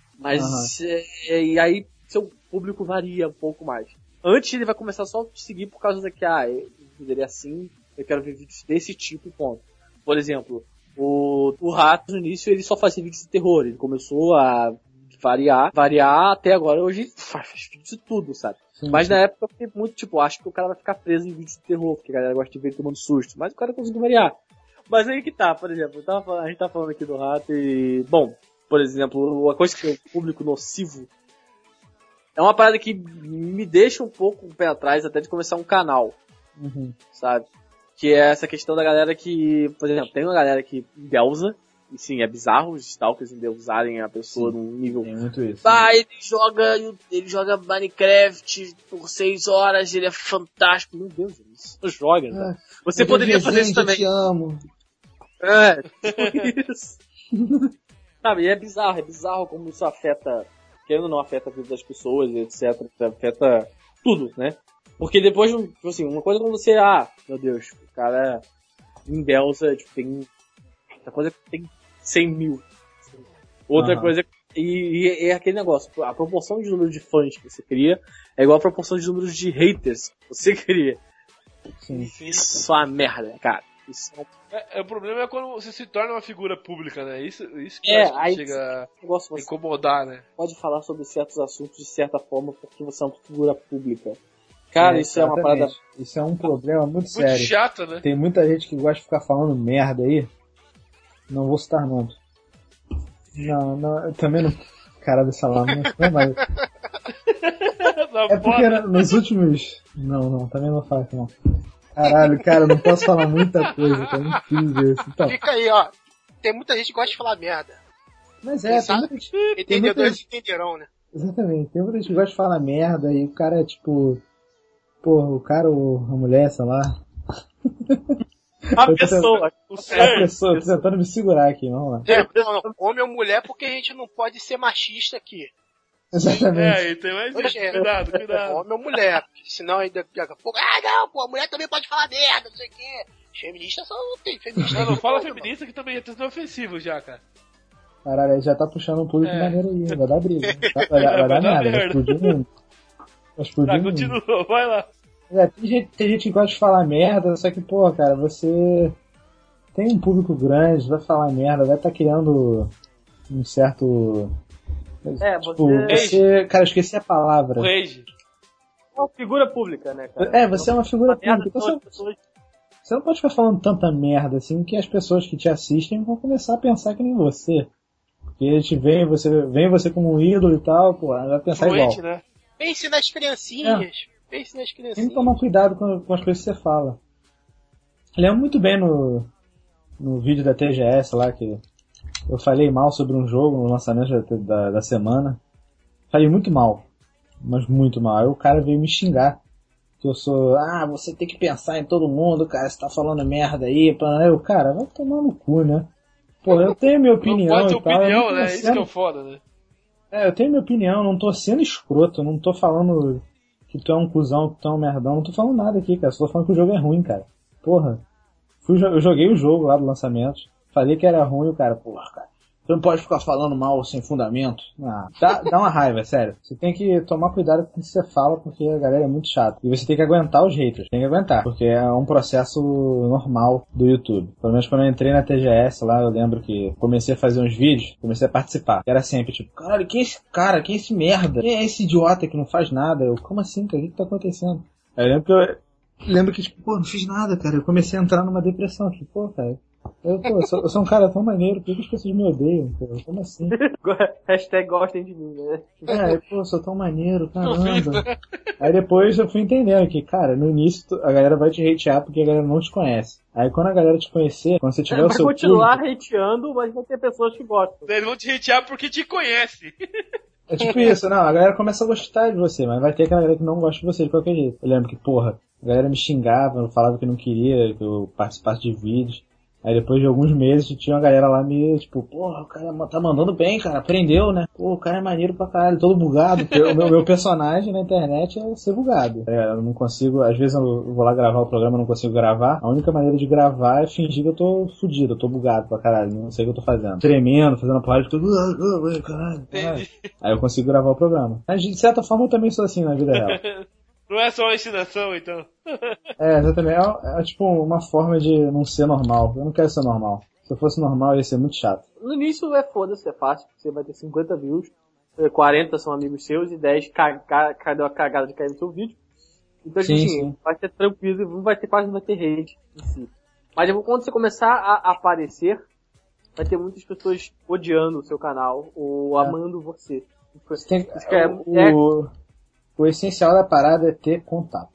Mas, é, e aí seu público varia um pouco mais. Antes ele vai começar só a te seguir por causa daqui, ah, eu dele é assim, eu quero ver vídeos desse tipo, ponto. Por exemplo, o, o Rato no início ele só fazia vídeos de terror, ele começou a variar, variar até agora, hoje faz, faz vídeos de tudo, sabe? Sim, Mas sim. na época eu fiquei muito, tipo, acho que o cara vai ficar preso em vídeos de terror, porque a galera gosta de ver ele tomando susto, mas o cara conseguiu variar. Mas aí que tá, por exemplo, eu tava, falando- a gente tá falando aqui do Rato e, bom, por exemplo, uma coisa que é o público nocivo é uma parada que me deixa um pouco o pé atrás até de começar um canal, Uhum. sabe? Que é essa questão da galera que, por exemplo, tem uma galera que endeusa, e sim, é bizarro os stalkers endeusarem a pessoa Sim. num nível... Tem muito isso. Ah, ele joga, ele joga Minecraft por seis horas, ele é fantástico. Meu Deus, ele só joga, né? Você poderia fazer isso também. Eu te amo. É, tipo isso. Sabe, e é bizarro, é bizarro como isso afeta, querendo ou não afeta a vida das pessoas, etcétera. Afeta tudo, né? Porque depois, tipo assim, uma coisa é quando você, ah, meu Deus, o cara em Belza, tipo, tem. Outra coisa é que tem cem mil. Outra Aham. coisa. E, e é aquele negócio, a proporção de número de fãs que você cria é igual a proporção de números de haters que você cria. Sim. Isso é uma merda, cara. Isso é, um... é, é, o problema é quando você se torna uma figura pública, né? Isso, isso que, é, eu acho que aí chega você a incomodar, né? Pode falar sobre certos assuntos de certa forma porque você é uma figura pública. Cara, É, isso é uma parada... Isso é um problema muito Muito sério. chato, né? Tem muita gente que gosta de ficar falando merda aí. Não vou citar nomes. Não, não, eu também não... Cara dessa lá, não mais. É porque nos últimos... Não, não, também não falo isso não. Caralho, cara, não posso falar muita coisa, tá incrível isso. Então, Fica aí, ó. Tem muita gente que gosta de falar merda. mas é, tem muita gente, tem muita Entendedores gente, entenderão, né? exatamente, tem muita gente que gosta de falar merda e o cara é tipo, porra, o cara ou a mulher, sei lá. A Eu tô pessoa, o É a ser. pessoa, tô tentando me segurar aqui, vamos lá. É, não, não, homem ou mulher, porque a gente não pode ser machista aqui. Exatamente. É, e tem mais Hoje isso. é. Cuidado, cuidado. Homem ou mulher, porque senão ainda daqui a pouco, ah não, pô, a mulher também pode falar merda, não sei o quê. Feministas só não tem, feminista. Não, não que fala pode, feminista que também é tudo ofensivo já, cara. Caralho, aí já tá puxando um público É. maneiro aí, vai dar briga. Vai, vai, vai, Vai dar dar merda, vai merda. explodir o mundo. Vai explodir Tá, o mundo. continua, vai lá. É, tem, gente, tem gente que gosta de falar merda, só que, pô, cara, você tem um público grande, vai falar merda, vai estar tá criando um certo... É, tipo, você- você... Cara, eu esqueci a palavra. O Rage. É uma figura pública, né, cara? É, você é uma figura Uma merda, pública. Então, então as você, pessoas... você não pode ficar falando tanta merda assim que as pessoas que te assistem vão começar a pensar que nem você. Porque a gente vê você, vê você como um ídolo e tal, pô, vai pensar Fluente, igual. né? Pense nas criancinhas. Pense nas Tem que criancinhas. tomar cuidado com, com as coisas que você fala. Lembro muito bem no, no vídeo da T G S lá que eu falei mal sobre um jogo no lançamento da, da, da semana. Falei muito mal. Mas muito mal. Aí o cara veio me xingar. Que eu sou, ah, você tem que pensar em todo mundo, cara, você tá falando merda aí. Aí eu, cara, vai tomar no cu, né? Pô, eu tenho minha opinião Não pode ter e tal. eu não opinião, tô né? Isso sendo- que é o foda, né? É, eu tenho minha opinião, não tô sendo escroto, não tô falando que tu é um cuzão, que tu é um merdão, não tô falando nada aqui, cara, só tô falando que o jogo é ruim, cara. Porra, fui, jo- eu joguei o jogo lá do lançamento, falei que era ruim, o cara, porra, cara, você não pode ficar falando mal sem fundamento. Ah, dá, dá uma raiva, sério. Você tem que tomar cuidado com o que você fala, porque a galera é muito chata. E você tem que aguentar os haters, tem que aguentar, porque é um processo normal do YouTube. Pelo menos quando eu entrei na T G S lá, eu lembro que comecei a fazer uns vídeos, comecei a participar. Era sempre tipo, caralho, quem é esse cara? Quem é esse merda? Quem é esse idiota que não faz nada? Eu, como assim, cara? O que que tá acontecendo? Aí eu lembro que eu lembro que, tipo, pô, não fiz nada, cara. Eu comecei a entrar numa depressão aqui, pô, cara. Eu, pô, eu sou, eu sou um cara tão maneiro, por que as pessoas me odeiam, pô? Como assim? Hashtag gostem de mim, né? É, pô, eu sou tão maneiro, caramba. Aí depois eu fui entendendo que, cara, no início tu- a galera vai te hatear porque a galera não te conhece. Aí quando a galera te conhecer, quando você tiver o Vai seu continuar público, hateando, mas vai ter pessoas que gostam. Eles vão te hatear porque te conhece. é tipo isso, não, a galera começa a gostar de você, mas vai ter aquela galera que não gosta de você de qualquer jeito. Eu lembro que, porra, a galera me xingava, falava que não queria que eu participasse de vídeos. Aí depois de alguns meses tinha uma galera lá me, tipo, porra, o cara tá mandando bem, cara, aprendeu, né? Pô, o cara é maneiro pra caralho, todo bugado. Porque o meu, meu personagem na internet é ser bugado. É, eu não consigo, às vezes eu vou lá gravar o programa, eu não consigo gravar. A única maneira de gravar é fingir que eu tô fudido, eu tô bugado pra caralho, não sei o que eu tô fazendo. Tremendo, fazendo a porrada de tudo. Caralho, caralho. Aí eu consigo gravar o programa. Mas de certa forma eu também sou assim na vida real. Não é só uma ensinação, então. É, exatamente. É, é tipo uma forma de não ser normal. Eu não quero ser normal. Se eu fosse normal, ia ser muito chato. No início é foda-se, é fácil, porque você vai ter cinquenta views, quarenta são amigos seus e dez ca- ca- deu a cagada de cair no seu vídeo. Então, Sim, assim, sim. vai ser tranquilo e não vai ter, quase não vai ter hate em si. Mas depois, quando você começar a aparecer, vai ter muitas pessoas odiando o seu canal ou É. amando você. Você tem, Isso que é- o, o essencial da parada é ter contato.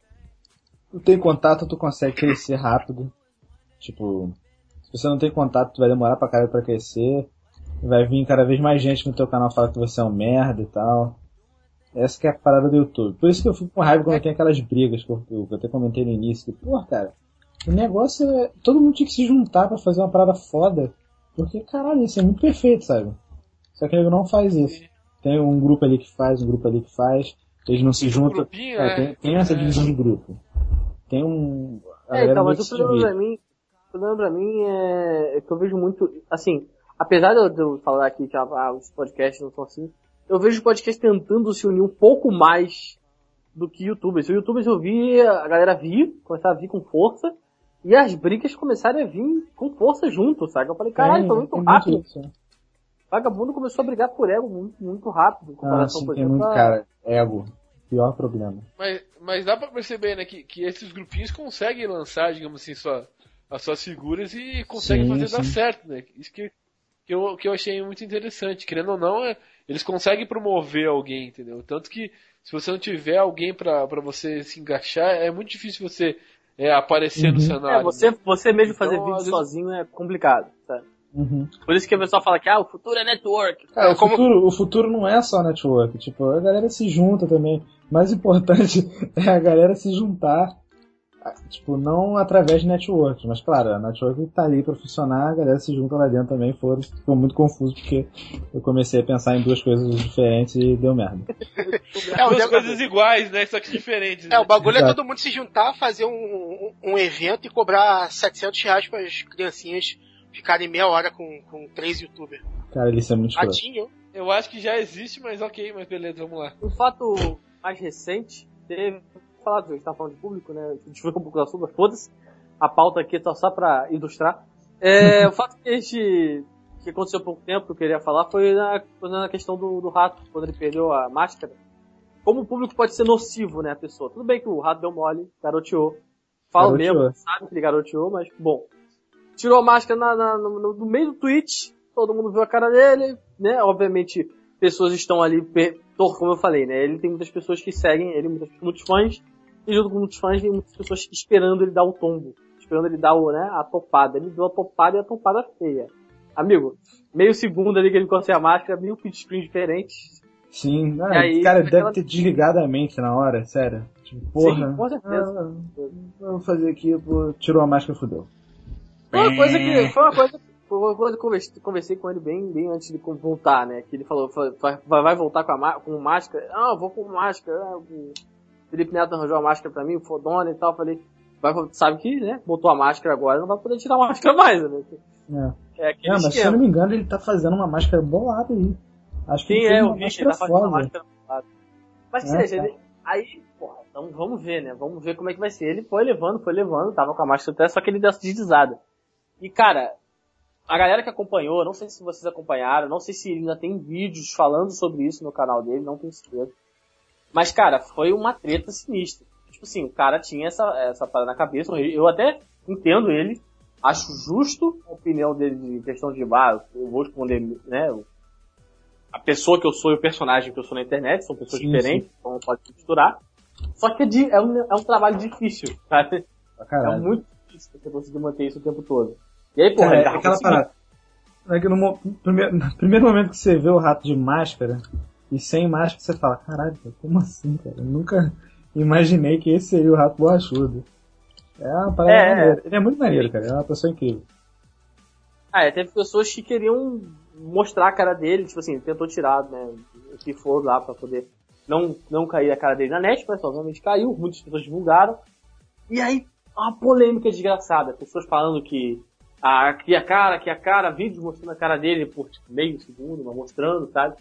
Tu tem contato, tu consegue crescer rápido. Tipo, se você não tem contato, tu vai demorar pra caralho pra crescer. Vai vir cada vez mais gente no teu canal falar que você é um merda e tal. Essa que é a parada do YouTube. Por isso que eu fico com raiva quando tem aquelas brigas que eu, que eu até comentei no início. Que, porra, cara, o negócio é... Todo mundo tinha que se juntar pra fazer uma parada foda. Porque, caralho, isso é muito perfeito, sabe? Só que ele não faz isso. Tem um grupo ali que faz, um grupo ali que faz. Eles não se Um juntam. grupinho, É, né? tem, tem essa É. divisão de grupo. Tem um... a É, galera então, meio mas que o se problema pra divide. mim, o problema pra mim é, é que eu vejo muito, assim, apesar de eu, de eu falar aqui que ah, os podcasts não são assim, eu vejo os podcasts tentando se unir um pouco mais do que youtubers. Os youtubers eu vi, a galera vir, começar a vir com força, e as brigas começaram a vir com força junto, sabe? Eu falei, caralho, foi muito rápido. Isso. Vagabundo começou a brigar por ego muito, muito rápido. Em comparação, ah, sim, por tem exemplo, muito, a... cara, ego. Pior problema. Mas, mas dá pra perceber, né, que, que esses grupinhos conseguem lançar, digamos assim, sua, as suas figuras e conseguem sim, fazer sim. dar certo, né? Isso que, que, eu, que eu achei muito interessante. Querendo ou não, é, eles conseguem promover alguém, entendeu? Tanto que se você não tiver alguém pra, pra você se encaixar, é muito difícil você é, aparecer uhum. no cenário. É, você, né? você mesmo fazer então, vídeo vezes... sozinho é complicado, sabe? Uhum. Por isso que a pessoa fala que ah, o futuro é network. É, o, como... futuro, o futuro não é só network, tipo, a galera se junta também. O mais importante é a galera se juntar, tipo, não através de network, mas claro, a network tá ali pra funcionar, a galera se junta lá dentro também, foram, ficou muito confuso porque eu comecei a pensar em duas coisas diferentes e deu merda. É, duas coisas iguais, né, só que diferentes. Né? É, o bagulho Exato. É todo mundo se juntar, fazer um, um, um evento e cobrar setecentos reais pras criancinhas ficarem meia hora com, com três youtubers. Cara, isso é muito escroto. Eu acho que já existe, mas ok, mas beleza, vamos lá. Um fato mais recente, teve, falar que a gente tá falando de público, né, a gente foi com um pouco da sua, foda-se, a pauta aqui tá só pra ilustrar. É, o fato que a gente, que aconteceu há pouco tempo, que eu queria falar, foi na, na questão do, do rato, quando ele perdeu a máscara. Como o público pode ser nocivo, né, a pessoa. Tudo bem que o rato deu mole, garoteou. Fala mesmo, sabe que ele garoteou, mas, bom. Tirou a máscara na, na, no, no meio do tweet, todo mundo viu a cara dele, né? Obviamente, pessoas estão ali, como eu falei, né? Ele tem muitas pessoas que seguem ele, muitos, muitos fãs, e junto com muitos fãs, tem muitas pessoas esperando ele dar o tombo, esperando ele dar o, né, a topada. Ele deu a topada e a topada feia. Amigo, meio segundo ali que ele ficou sem a máscara, mil pitch screen diferentes. Sim, ah, aí, o cara deve aquela... ter desligado a mente na hora, sério. Tipo, porra. Sim, com certeza. Ah, vou fazer aqui, pô, tirou a máscara e fudeu. Foi uma coisa que, foi uma coisa, foi uma coisa que eu conversei, conversei com ele bem, bem antes de voltar, né? Que ele falou, vai, vai voltar com, a, com máscara. Ah, eu vou com máscara. Ah, o Felipe Neto arranjou a máscara pra mim, o fodona e tal. Eu falei, vai, sabe que, né? Botou a máscara agora, não vai poder tirar a máscara mais, né? É, é aquele é, mas esquema. Se eu não me engano, ele tá fazendo uma máscara bolada aí. Acho que sim, ele é, eu vi, ele tá fazendo uma máscara bolada. Mas é, seja, tá. ele, aí, porra, então vamos ver, né? Vamos ver como é que vai ser. Ele foi levando, foi levando, tava com a máscara até, só que ele deu essa deslizada. E, cara, a galera que acompanhou, não sei se vocês acompanharam, não sei se ele ainda tem vídeos falando sobre isso no canal dele, não tenho certeza. Mas, cara, foi uma treta sinistra. Tipo assim, o cara tinha essa, essa parada na cabeça, eu até entendo ele, acho justo a opinião dele de questão de, ah, eu vou responder, né, a pessoa que eu sou e o personagem que eu sou na internet, são pessoas sim, diferentes, sim. Então não pode se misturar. Só que é, de, é, um, é um trabalho difícil, sabe? É muito difícil você conseguir manter isso o tempo todo. E aí, porra, é, é aquela parada. É que no primeiro, no primeiro momento que você vê o rato de máscara e sem máscara, você fala, caralho, como assim, cara? Eu nunca imaginei que esse seria o rato borrachudo. É uma parada é, maneira. Ele é muito maneiro, cara. É uma pessoa incrível. Ah, é, teve pessoas que queriam mostrar a cara dele, tipo assim, tentou tirar, né, o que for lá pra poder não, não cair a cara dele na net, mas obviamente caiu, muitas pessoas divulgaram. E aí, uma polêmica desgraçada, pessoas falando que a, que a cara, que a cara, vídeos mostrando a cara dele por tipo, meio segundo, mas mostrando, sabe?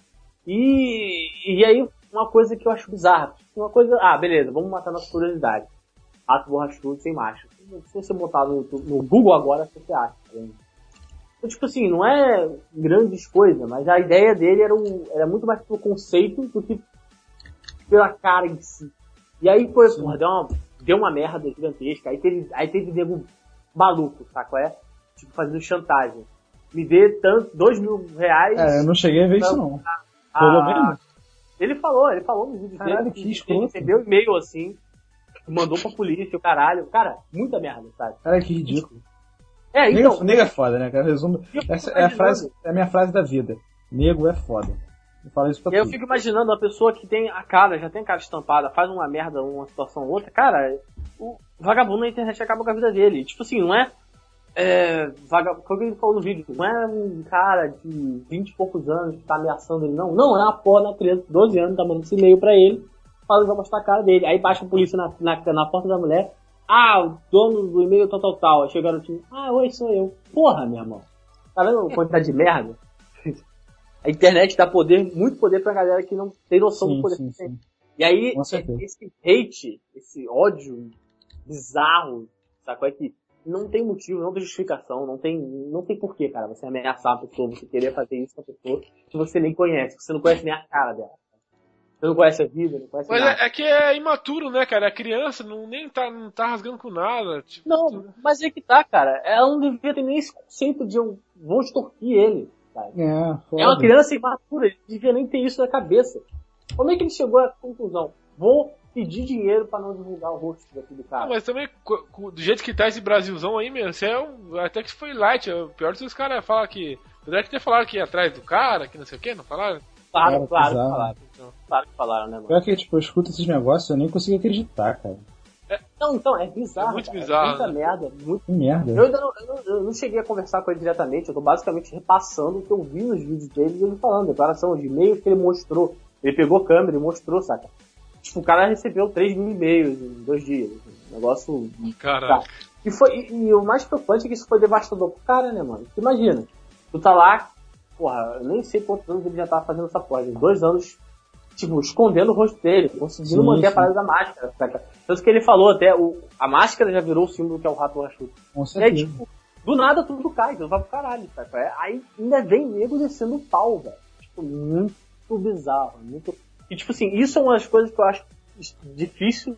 E, e aí, uma coisa que eu acho bizarra, uma coisa, ah, beleza, vamos matar nossa curiosidade. Rato borrachudo sem macho. Se você botar no, no Google agora, você acha. Então, tipo assim, não é grandes coisas, mas a ideia dele era, um, era muito mais pelo conceito do que pela cara em si. E aí, foi, porra, deu uma, deu uma merda gigantesca. Aí teve, aí teve nego maluco, sabe qual é? Tipo, fazendo chantagem. Me dê tanto, dois mil reais. É, eu não cheguei a ver isso não. A, a, ele falou, ele falou no vídeo caralho, dele. Que ele escroto. recebeu e-mail assim, mandou pra polícia, o caralho. Cara, muita merda, sabe? Cara, que ridículo. É, então. Nego, nego é foda, né, cara? Resumo. Essa é a frase, é a minha frase da vida. Nego é foda. Eu falo isso pra e aí tudo. eu fico imaginando uma pessoa que tem a cara, já tem a cara estampada, faz uma merda, uma situação ou outra, cara, o vagabundo na internet acaba com a vida dele. Tipo assim, não é. É. Vagabundo, como ele falou no vídeo, não é um cara de vinte e poucos anos que tá ameaçando ele, não. Não, é uma porra na criança de doze anos, tá mandando esse e-mail pra ele, falando que vai mostrar a cara dele. Aí baixa a polícia na, na, na porta da mulher. Ah, o dono do e-mail tal, tal, tal. Aí chega o garotinho, ah, oi, sou eu. Porra, meu irmão. Tá vendo a quantidade de merda? A internet dá poder, muito poder pra galera que não tem noção sim, do poder sim, que tem. sim. E aí, Com certeza. esse hate, esse ódio bizarro, sacou? É que não tem motivo, não tem justificação, não tem, não tem porquê, cara, você ameaçar a pessoa, você querer fazer isso com a pessoa que você nem conhece, que você não conhece nem a cara dela. Você não conhece a vida, não conhece Mas nada. é, é que é imaturo, né, cara? A criança não, nem tá, não tá rasgando com nada. Tipo, Não, mas é que tá, cara. Ela não devia ter nem esse conceito de eu vou extorquir ele. Cara. É, foda. É uma criança imatura, ele devia nem ter isso na cabeça. Como é que ele chegou à conclusão? Vou pedir dinheiro pra não divulgar o rosto daqui do cara. Não, mas também, co- co- do jeito que tá esse Brasilzão aí, meu, você é um, até que foi light. É o pior se os caras falam que. Apesar de ter falado que ia atrás do cara, que não sei o que, não falaram? Claro, Cara, claro que bizarro. falaram. Então, claro que falaram, né, mano? Pior que, tipo, eu escuto esses negócios e eu nem consigo acreditar, cara. Não, então, é bizarro. É muito cara. bizarro, É muita né? merda. Muito... Que merda. Eu ainda não, eu, não, eu não cheguei a conversar com ele diretamente, eu tô basicamente repassando o que eu vi nos vídeos dele e ele falando, declaração de e-mails que ele mostrou. Ele pegou a câmera e mostrou, saca? Tipo, o cara recebeu três mil e-mails em dois dias. Um negócio. Caraca. Tá. E, foi, e, e o mais preocupante é que isso foi devastador pro cara, né, mano? Porque imagina, tu tá lá, porra, eu nem sei quantos anos ele já tava fazendo essa porra, dois anos, tipo, escondendo o rosto dele, conseguindo Sim, manter a sim. parada da máscara, saca? Tanto que ele falou até, o, a máscara já virou o símbolo que é o rato rachudo. Com E aí, certeza. tipo, do nada tudo cai, tudo vai pro caralho, saca? É, aí ainda vem nego descendo o pau, velho. Tipo, muito bizarro, muito... E tipo assim, isso é uma das coisas que eu acho difícil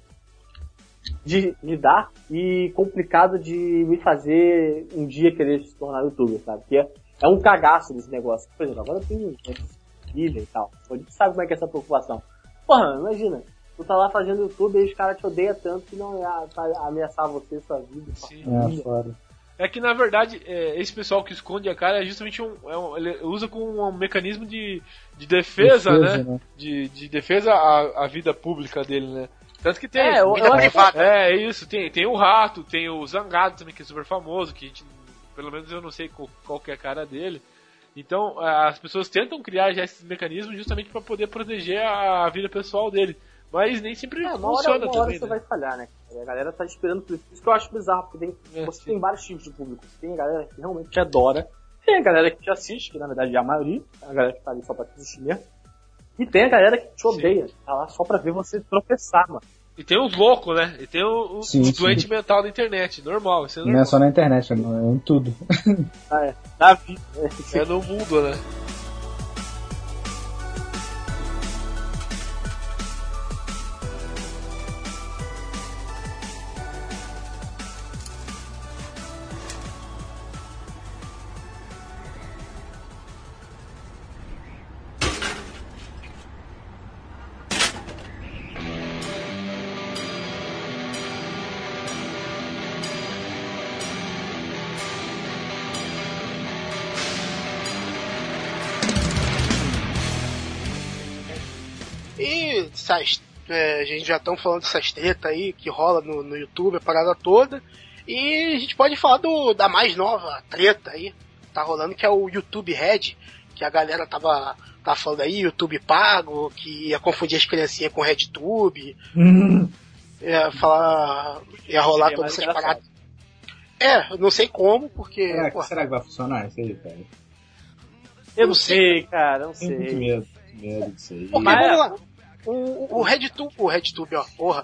de lidar e complicado de me fazer um dia querer se tornar youtuber, sabe? Porque é, é um cagaço desse negócio. Por exemplo, agora eu tenho família e tal. A gente sabe como é que é essa preocupação. Porra, imagina, tu tá lá fazendo YouTube e os caras te odeiam tanto que não ia ameaçar você, sua vida, sua Sim. família. É, foda. É que na verdade, é, esse pessoal que esconde a cara é justamente um. É um ele usa como um mecanismo de, de defesa, Defesa, né? né? De, de defesa à, à vida pública dele, né? Tanto que tem. É, eu- Vida eu- privada. É, é isso, tem, tem o Rato, tem o Zangado também, que é super famoso, que a gente, pelo menos eu não sei qual, qual que é a cara dele. Então, as pessoas tentam criar já esses mecanismos justamente para poder proteger a, a vida pessoal dele. Mas nem sempre É, uma hora, funciona uma hora também, você né? vai falhar, né? A galera tá esperando por isso. Isso que eu acho bizarro, porque tem, É, você sim. tem vários tipos de público. Você tem a galera que realmente te adora, tem a galera que te assiste, que na verdade é a maioria, a galera que tá ali só pra te assistir mesmo. E tem a galera que te odeia, tá lá só pra ver você tropeçar, mano. E tem os loucos, né? E tem o, o, Sim, os sim. doentes mental da internet, normal, isso é Não é normal. só na internet, é em tudo. Ah, é, na vida. né? É no mundo, né? E essas, é, a gente já estão falando dessas tretas aí que rola no, no YouTube, a parada toda. E a gente pode falar do, da mais nova treta aí, tá rolando, que é o YouTube Red, que a galera tava, tava falando aí, YouTube pago, que ia confundir as criancinhas com RedTube, ia falar, ia rolar Seria todas mais essas engraçado. paradas. É, eu não sei como, porque. Será, pô, que- será que vai funcionar isso aí, cara? Eu não sei, cara, não Tenho muito sei. medo, muito medo disso aí. Porque, Mas- vamos lá. O, o RedTube, o RedTube, ó, porra.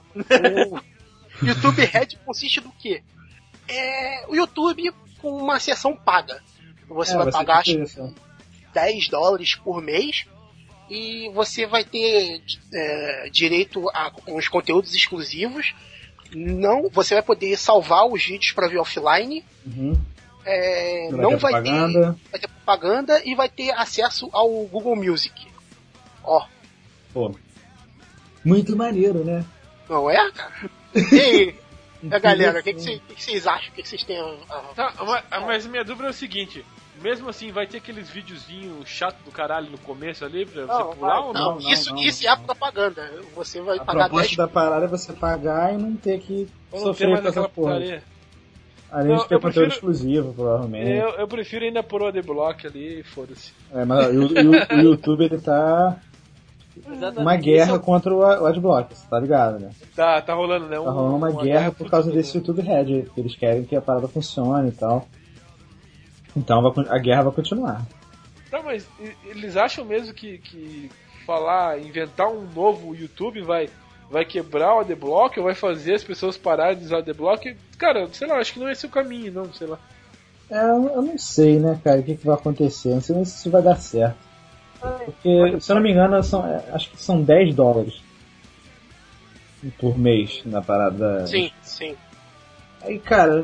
O YouTube Red consiste do quê? É o YouTube com uma sessão paga. Você É, vai vai ser pagar tipo acho, isso, ó. dez dólares por mês e você vai ter é, direito a uns conteúdos exclusivos. Não, você vai poder salvar os vídeos para ver offline. Uhum. É, Vai não ter vai propaganda. ter, vai ter propaganda e vai ter acesso ao Google Music. Ó, Pô. Muito maneiro, né? não é, cara? E aí, a galera, o que, que, cê- que que vocês acham? O que, que vocês têm a, a... Tá, mas, mas minha dúvida é o seguinte: mesmo assim, vai ter aqueles videozinhos chato do caralho no começo ali pra Não, você pular vai. ou Não, não? não, isso, não, isso não. é a propaganda. Você vai A pagar proposta dez da parada é você pagar e não ter que Ou não tem sofrer mais com essa aquela porra. putaria? Além Eu- de ter eu conteúdo prefiro- exclusivo, provavelmente. Eu, eu prefiro ainda pôr o adblock ali e foda-se. É, mas ó, o, o- o YouTube ele tá Exatamente. uma Esse guerra é o- contra o, o Adblock, você tá ligado, né? Tá, tá rolando, né? Tá rolando uma guerra por causa desse YouTube Red. Eles querem que a parada funcione e tal. Então vai con- a guerra vai continuar. Tá, mas e- eles acham mesmo que, que falar, inventar um novo YouTube, vai, vai quebrar o Adblock, ou vai fazer as pessoas pararem de usar o Adblock, cara, sei lá, acho que não é esse o caminho, não, sei lá. É, eu não sei, né, cara, o que, que vai acontecer, não sei nem se isso vai dar certo. Porque, se eu não me engano, são, acho que são dez dólares por mês na parada. Sim, sim. Aí, cara,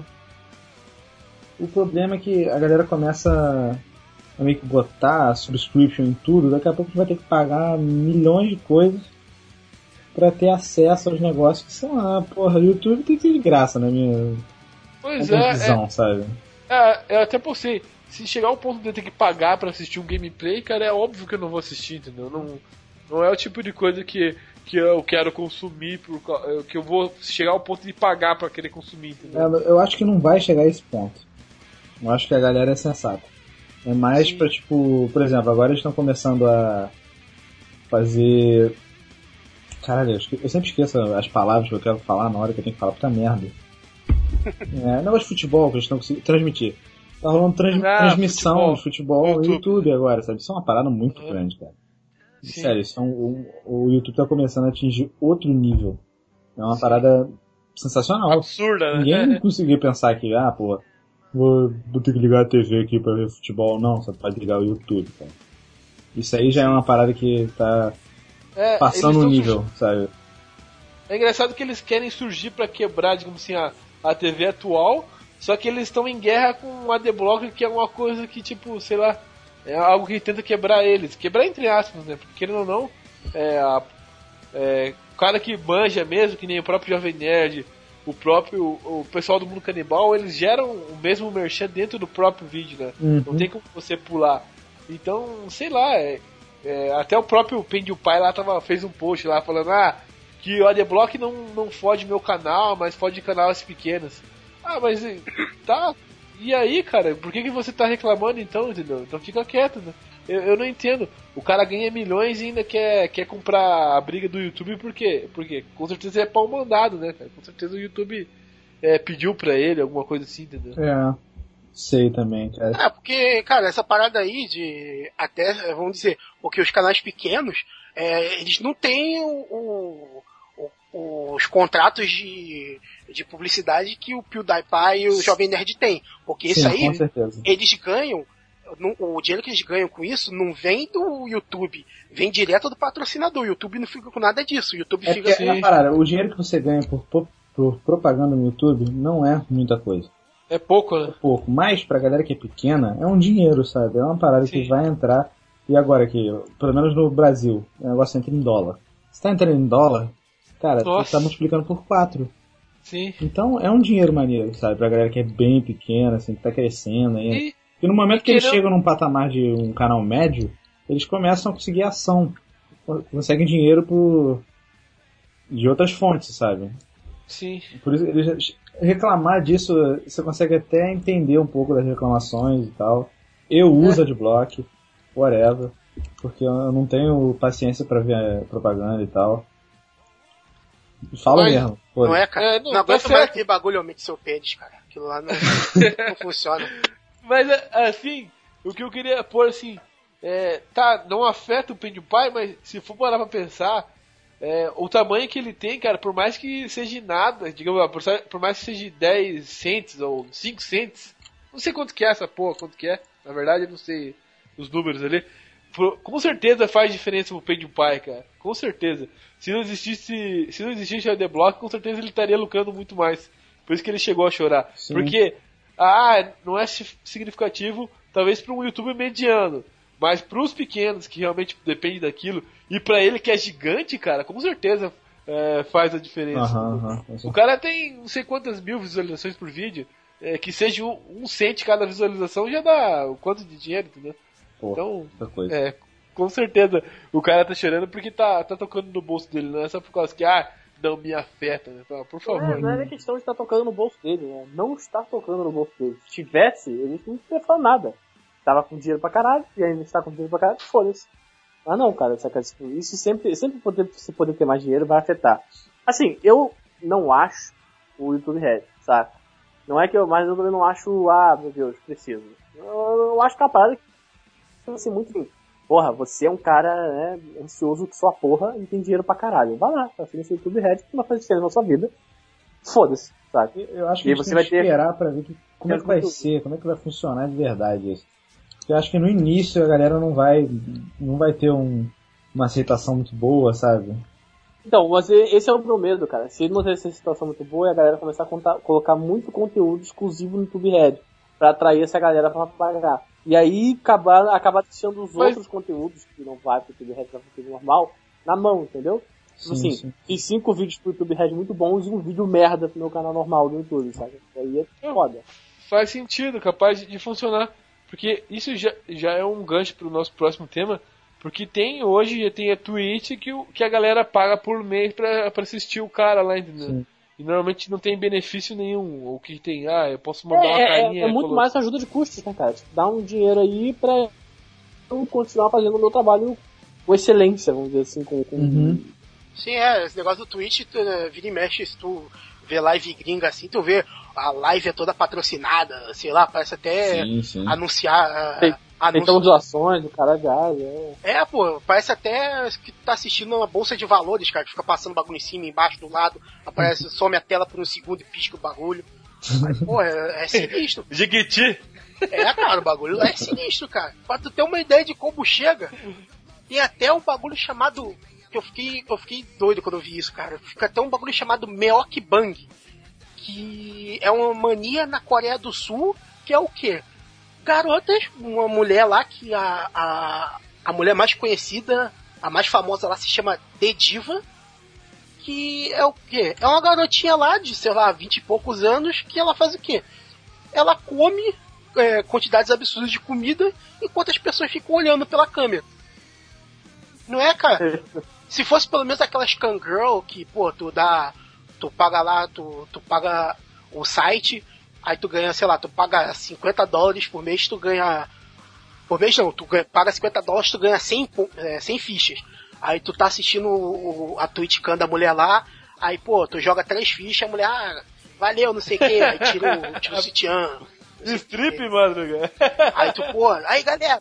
o problema é que a galera começa a meio que botar subscription em tudo, daqui a pouco a gente vai ter que pagar milhões de coisas pra ter acesso aos negócios que são lá, porra, o YouTube tem que ser de graça, na minha Pois visão, é, sabe? é, eu até pensei, se chegar ao ponto de eu ter que pagar pra assistir um gameplay, cara, é óbvio que eu não vou assistir, entendeu? Não, não é o tipo de coisa que, que eu quero consumir, por, que eu vou chegar ao ponto de pagar pra querer consumir, entendeu? É, eu acho que não vai chegar a esse ponto. Eu acho que a galera é sensata. É mais Sim. pra, tipo, por exemplo, agora eles estão começando a fazer... Caralho, eu sempre esqueço as palavras que eu quero falar na hora que eu tenho que falar, puta merda. É, negócio de futebol que eles estão conseguindo transmitir. Tá rolando trans, ah, transmissão futebol. de futebol no YouTube. YouTube agora, sabe? Isso é uma parada muito uhum. grande, cara. Sim. Sério, isso é um, o, o YouTube tá começando a atingir outro nível. É uma Sim. parada sensacional. Absurda, né? Ninguém conseguia pensar que, ah, pô, vou, vou ter que ligar a T V aqui pra ver futebol. Não, você pode ligar o YouTube, cara. Isso aí já é uma parada que tá é, passando o nível, surgindo. Sabe? É engraçado que eles querem surgir pra quebrar, digamos assim, a, a T V atual, só que eles estão em guerra com o Adblock, que é uma coisa que, tipo, sei lá, é algo que tenta quebrar eles. Quebrar entre aspas, né? Porque, querendo ou não, é, a, é, o cara que manja mesmo, que nem o próprio Jovem Nerd, o próprio o pessoal do Mundo Canibal, eles geram o mesmo merchan dentro do próprio vídeo, né? Uhum. Não tem como você pular. Então, sei lá, é, é, até o próprio PewDiePie lá tava, fez um post lá falando, ah, que o Adblock não, não fode meu canal, mas fode canais pequenos. Ah, mas tá. E aí, cara, por que, que você tá reclamando então, entendeu? Então fica quieto, né? Eu, eu não entendo. O cara ganha milhões e ainda quer, quer comprar a briga do YouTube, por quê? Porque com certeza é pau mandado, né, cara? Com certeza o YouTube é, pediu pra ele alguma coisa assim, entendeu? É, sei também, cara. É, porque, cara, essa parada aí de até, vamos dizer, porque os canais pequenos, é, eles não têm o, o os contratos de, de publicidade que o PewDiePie e o Jovem Nerd têm. Porque isso aí, eles ganham, o dinheiro que eles ganham com isso não vem do YouTube, vem direto do patrocinador. O YouTube não fica com nada disso. O YouTube é fica assim. É parada, o dinheiro que você ganha por, por, por propaganda no YouTube não é muita coisa. É pouco, né? É pouco. Mas pra galera que é pequena, é um dinheiro, sabe? É uma parada Sim. que vai entrar. E agora aqui, pelo menos no Brasil, o negócio entra em dólar. Se tá entrando em dólar, cara, Nossa. você tá multiplicando por quatro. Sim. Então é um dinheiro maneiro, sabe? Pra galera que é bem pequena, assim, que tá crescendo aí. E, e no momento e que eles chegam num patamar de um canal médio, eles começam a conseguir ação. Conseguem dinheiro por... de outras fontes, sabe? Sim. Por isso, eles... reclamar disso, você consegue até entender um pouco das reclamações e tal. Eu uso é. Adblock, whatever, porque eu não tenho paciência pra ver propaganda e tal. Fala Mas, mesmo. Pô. Não é, cara? É, não, não aguento mais aquele bagulho aumente seu pênis, cara. Aquilo lá não, não funciona. Mas, assim, o que eu queria pôr, assim, é, tá, não afeta o PewDiePie, mas se for parar pra pensar, é, o tamanho que ele tem, cara, por mais que seja nada, digamos, por, por mais que seja dez cents ou cinco cents, não sei quanto que é essa porra, quanto que é, na verdade eu não sei os números ali, com certeza faz diferença pro PewDiePie, cara. Com certeza. Se não existisse, se não existisse o Adblock, com certeza ele estaria lucrando muito mais. Por isso que ele chegou a chorar. Sim. Porque, ah, não é significativo, talvez para um YouTube mediano, mas pros pequenos que realmente dependem daquilo, e para ele que é gigante, cara, com certeza é, faz a diferença. Uhum, uhum, o cara tem não sei quantas mil visualizações por vídeo, é, que seja um, um cent cada visualização já dá o quanto de dinheiro, entendeu? Então, é, com certeza o cara tá chorando porque tá, tá tocando no bolso dele, não é só por causa que, ah, não me afeta, né? Então, por favor. Não é, não é questão de estar tocando no bolso dele, né? Não está tocando no bolso dele. Se tivesse, ele não ia falar nada. Tava com dinheiro pra caralho, e ainda está com dinheiro pra caralho, foda-se. Ah não, cara, isso sempre, sempre poder, se poder ter mais dinheiro vai afetar. Assim, eu não acho o YouTube Red, sabe? Não é que eu, mas eu também não acho, ah, meu Deus, preciso. Eu, eu acho que é uma parada que assim, muito, porra, você é um cara, né, ansioso que sua porra e tem dinheiro pra caralho. Vai lá, assina seu YouTube Red, que não vai fazer diferença na sua vida. Foda-se, sabe? Eu acho que E a gente você tem vai que ter- esperar pra ver que, como é que vai muito- ser, como é que vai funcionar de verdade isso. Eu acho que no início a galera não vai, não vai ter um, uma aceitação muito boa, sabe? Então, mas e- esse é o meu medo, cara. Se não ter essa situação muito boa, a galera começar a contar, colocar muito conteúdo exclusivo no YouTube Red, pra atrair essa galera pra pagar. E aí acabar, acabar deixando os Mas- outros conteúdos, que não vai pro YouTube Red, vai pro YouTube normal, na mão, entendeu? Tipo Sim, assim, sim. fiz cinco vídeos pro YouTube Red muito bons e um vídeo merda pro meu canal normal do YouTube, sabe? Aí é foda. Faz sentido, capaz de, de funcionar. Porque isso já, já é um gancho pro nosso próximo tema. Porque tem hoje, já tem a Twitch que, o- que a galera paga por mês pra, pra assistir o cara lá, entendeu? Sim. E normalmente não tem benefício nenhum. O que tem, ah, eu posso mandar uma É, é, carinha. é muito colo- mais ajuda de custos, né, cara? Tipo, dá um dinheiro aí pra eu continuar fazendo o meu trabalho com excelência, vamos dizer assim, com... com... Uhum. Sim, é, esse negócio do Twitch, tu, né, vira e mexe, se tu vê live gringa assim, tu vê a live é toda patrocinada, sei lá, parece até Sim, sim. anunciar... Tem- uh, Tem anúncio. transações do cara gás, é. É, pô, parece até que tu tá assistindo uma bolsa de valores, cara, que fica passando bagulho em cima, embaixo, do lado, aparece, some a tela por um segundo e pisca o bagulho. Mas, pô, é, é sinistro. Jequiti. É, cara, o bagulho é sinistro, cara. Pra tu ter uma ideia de como chega, tem até um bagulho chamado... que eu fiquei, eu fiquei doido quando eu vi isso, cara. Fica até um bagulho chamado Meok Bang, que é uma mania na Coreia do Sul, que é o quê? Garotas, uma mulher lá que a, a, a mulher mais conhecida, a mais famosa lá se chama The Diva, que é o quê? É uma garotinha lá de, sei lá, vinte e poucos anos, que ela faz o quê? Ela come é, quantidades absurdas de comida enquanto as pessoas ficam olhando pela câmera. Não é, cara? Se fosse pelo menos aquelas Scan Girl que, pô, tu dá. Tu paga lá, tu, tu paga o site, aí tu ganha, sei lá, tu paga cinquenta dólares por mês, tu ganha. Por mês não, tu ganha, paga cinquenta dólares, tu ganha cem, é, cem fichas. Aí tu tá assistindo o, a TwitchCam da mulher lá, aí, pô, tu joga três fichas, a mulher, ah, valeu, não sei o que, aí tira o, tira o sutiã. Strip, madruga. Aí tu, pô, aí galera.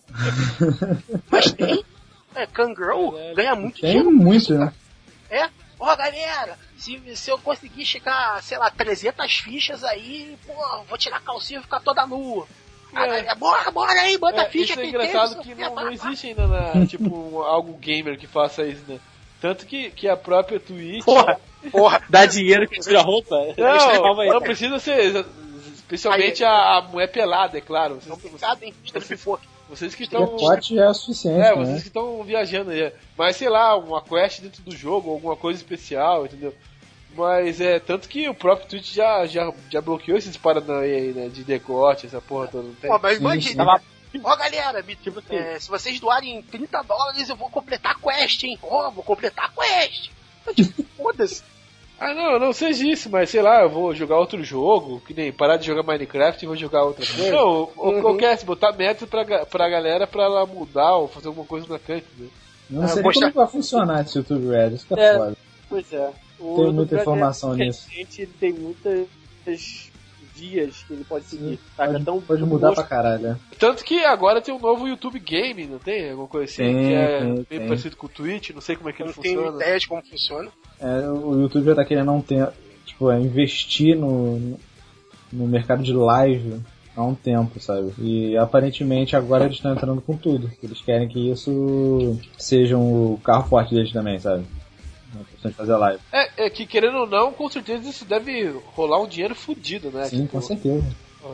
Mas tem. É, Kangirl ganha muito Tem dinheiro. muito, né? É, ó galera, se, se eu conseguir chegar, sei lá, trezentas fichas aí, pô, vou tirar a calcinha e ficar toda nua. A É. galera, bora, bora aí, bota É, a ficha isso é que engraçado tem, que sei o não, quê, não pá, pá. existe ainda, na, tipo, algo gamer que faça isso, né? Tanto que, que a própria Twitch... Porra, Porra, dá dinheiro que tira roupa? Calma aí. Não, não precisa ser... Especialmente a, a mulher pelada, é claro. Vocês, complicado, hein? Strip poker. vocês que Porque estão... pote já é o suficiente, É, né? vocês que estão viajando aí. Mas sei lá, uma quest dentro do jogo, alguma coisa especial, entendeu? Mas é, tanto que o próprio Twitch já, já, já bloqueou esses paranauê aí, né? De decote, essa porra toda, não tem? Pô, mas Sim, imagina. Tava- Ó galera, me- Tipo assim. é, se vocês doarem trinta dólares, eu vou completar a quest, hein? Ó, vou completar a quest. Tipo, foda-se. Ah, não, não seja isso, mas sei lá, eu vou jogar outro jogo, que nem parar de jogar Minecraft e vou jogar outra coisa. Não, ou Uhum. qualquer, se botar meta pra, ga- pra galera pra ela mudar ou fazer alguma coisa na cancha, né? Eu não Ah, sei nem mostrar- como vai funcionar esse YouTube Red, isso que é, É. foda. Pois é. O Tem do muita Brad informação Pitt, nisso. recente, ele tem muitas vias que ele pode seguir. Sim, saca? Pode, Então, pode o mudar gosto- pra caralho, né? Tanto que agora tem um novo YouTube Game, não tem? Alguma coisa assim, Tem, que é tem, bem tem. parecido com o Twitch, não sei como é que Eu ele não tenho funciona. ideia de como funciona. É, o YouTube já tá querendo não ter, tipo, é, investir no, no mercado de live há um tempo, sabe? E aparentemente agora eles estão entrando com tudo. Eles querem que isso seja o carro forte deles também, sabe? A questão de fazer live. É, é que querendo ou não, com certeza isso deve rolar um dinheiro fudido, né? Sim, Tipo, com certeza.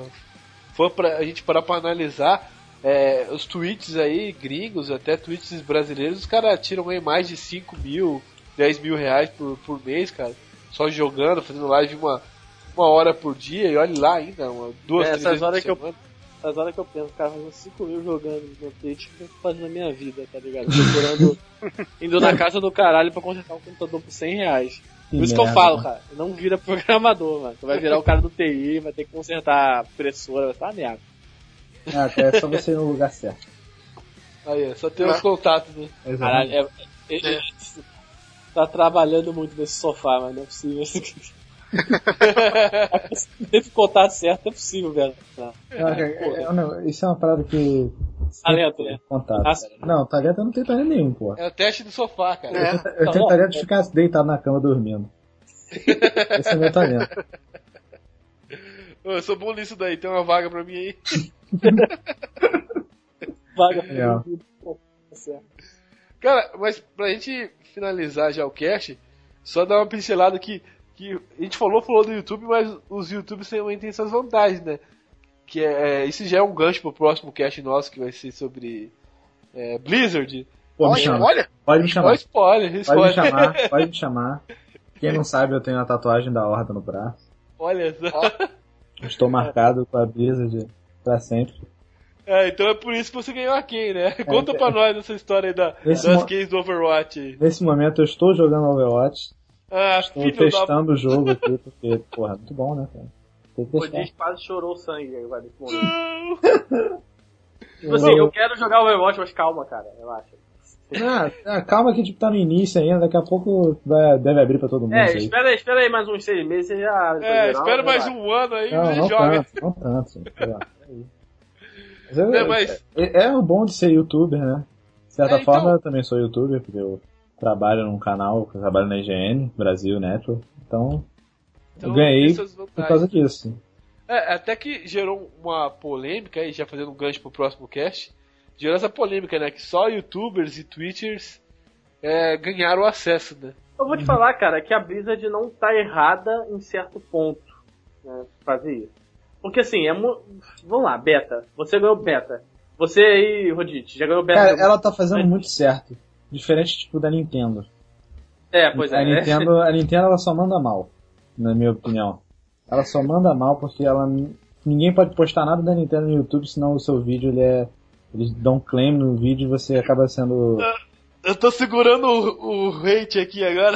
for pra a gente parar pra analisar é, os tweets aí, gringos, até tweets brasileiros, os caras tiram aí mais de cinco mil, dez mil reais por, por mês, cara. Só jogando, fazendo live uma, uma hora por dia, e olha lá ainda, uma, duas, É, três essas vezes horas por que eu- semana. As horas que eu penso, cara, fazendo cinco mil jogando no Twitch, o que eu tô fazendo na minha vida, tá ligado? Procurando, indo na casa do caralho pra consertar um computador por cem reais. Que Por isso que eu merda, falo, né? cara, não vira programador, mano. Tu vai virar o cara do T I, vai ter que consertar a impressora, vai ser uma merda. Ah, cara, é só você ir no lugar certo. Aí, é, só tem os contatos, né? Caralho, é, é, é, tá trabalhando muito nesse sofá, mas não é possível. Teve contato certo, é possível, velho. Não, cara, é- é- não, isso é uma parada que Talento, né? Contato. Nossa. Não, talento eu não tenho talento nenhum, pô. É o teste do sofá, cara. É. Eu, eu tenho talento de ficar deitado na cama dormindo. Esse é meu talento. Ô, eu sou bom nisso daí, tem uma vaga pra mim aí. Vaga Legal. pra tá certo. Cara, mas pra gente finalizar já o cast, só dar uma pincelada aqui, que a gente falou, falou do YouTube, mas os YouTubers também têm suas vantagens, né? Que é, isso já é um gancho pro próximo cast nosso, que vai ser sobre é, Blizzard. Pô, me Olha, chama. olha. Pode me Ó, chamar. spoiler, Pode spoiler. me chamar, pode me chamar. Quem não sabe, eu tenho a tatuagem da Horda no braço. Olha só. Estou marcado com a Blizzard pra sempre. É, então é por isso que você ganhou a Key, né? Conta pra nós essa história aí da, Esse das mo- keys do Overwatch aí. Nesse momento eu estou jogando Overwatch. Ah, Estou filho da... testando o jogo aqui, porque, porra, muito bom, né, cara? Tem que O testar. Diz quase chorou sangue agora nesse momento. Não. Tipo assim, eu quero jogar Overwatch, mas calma, cara, relaxa. Ah, ah, calma que tipo, tá no início ainda, daqui a pouco vai, deve abrir pra todo mundo. É, isso aí. espera aí, espera aí mais uns seis meses e já... É, já- espera já mais vai. um ano aí Não, e não joga. tanto, não tanto. Sim, sei lá. Mas, é, É, mas- é, é o bom de ser youtuber, né? De certa É, então- forma eu também sou youtuber, porque eu trabalho num canal, eu trabalho na I G N, Brasil Network, então, Então, eu ganhei tem suas por vantagens. causa disso. É, até que gerou uma polêmica aí, já fazendo um gancho pro próximo cast, gerou essa polêmica, né? Que só youtubers e twitchers é, ganharam acesso, né? Eu vou te falar, cara, que a Blizzard não tá errada em certo ponto, né, fazer isso. Porque assim, é mu... vamos lá, beta. Você ganhou beta. Você aí, Rodite, já ganhou beta. Cara, ela tá fazendo muito certo. Diferente, tipo, da Nintendo. É, pois é. a, né? Nintendo, a Nintendo, ela só manda mal, na minha opinião. Ela só manda mal porque ela... Ninguém pode postar nada da Nintendo no YouTube, senão o seu vídeo, ele é... Eles dão claim no vídeo e você acaba sendo... Eu tô segurando o, o hate aqui agora.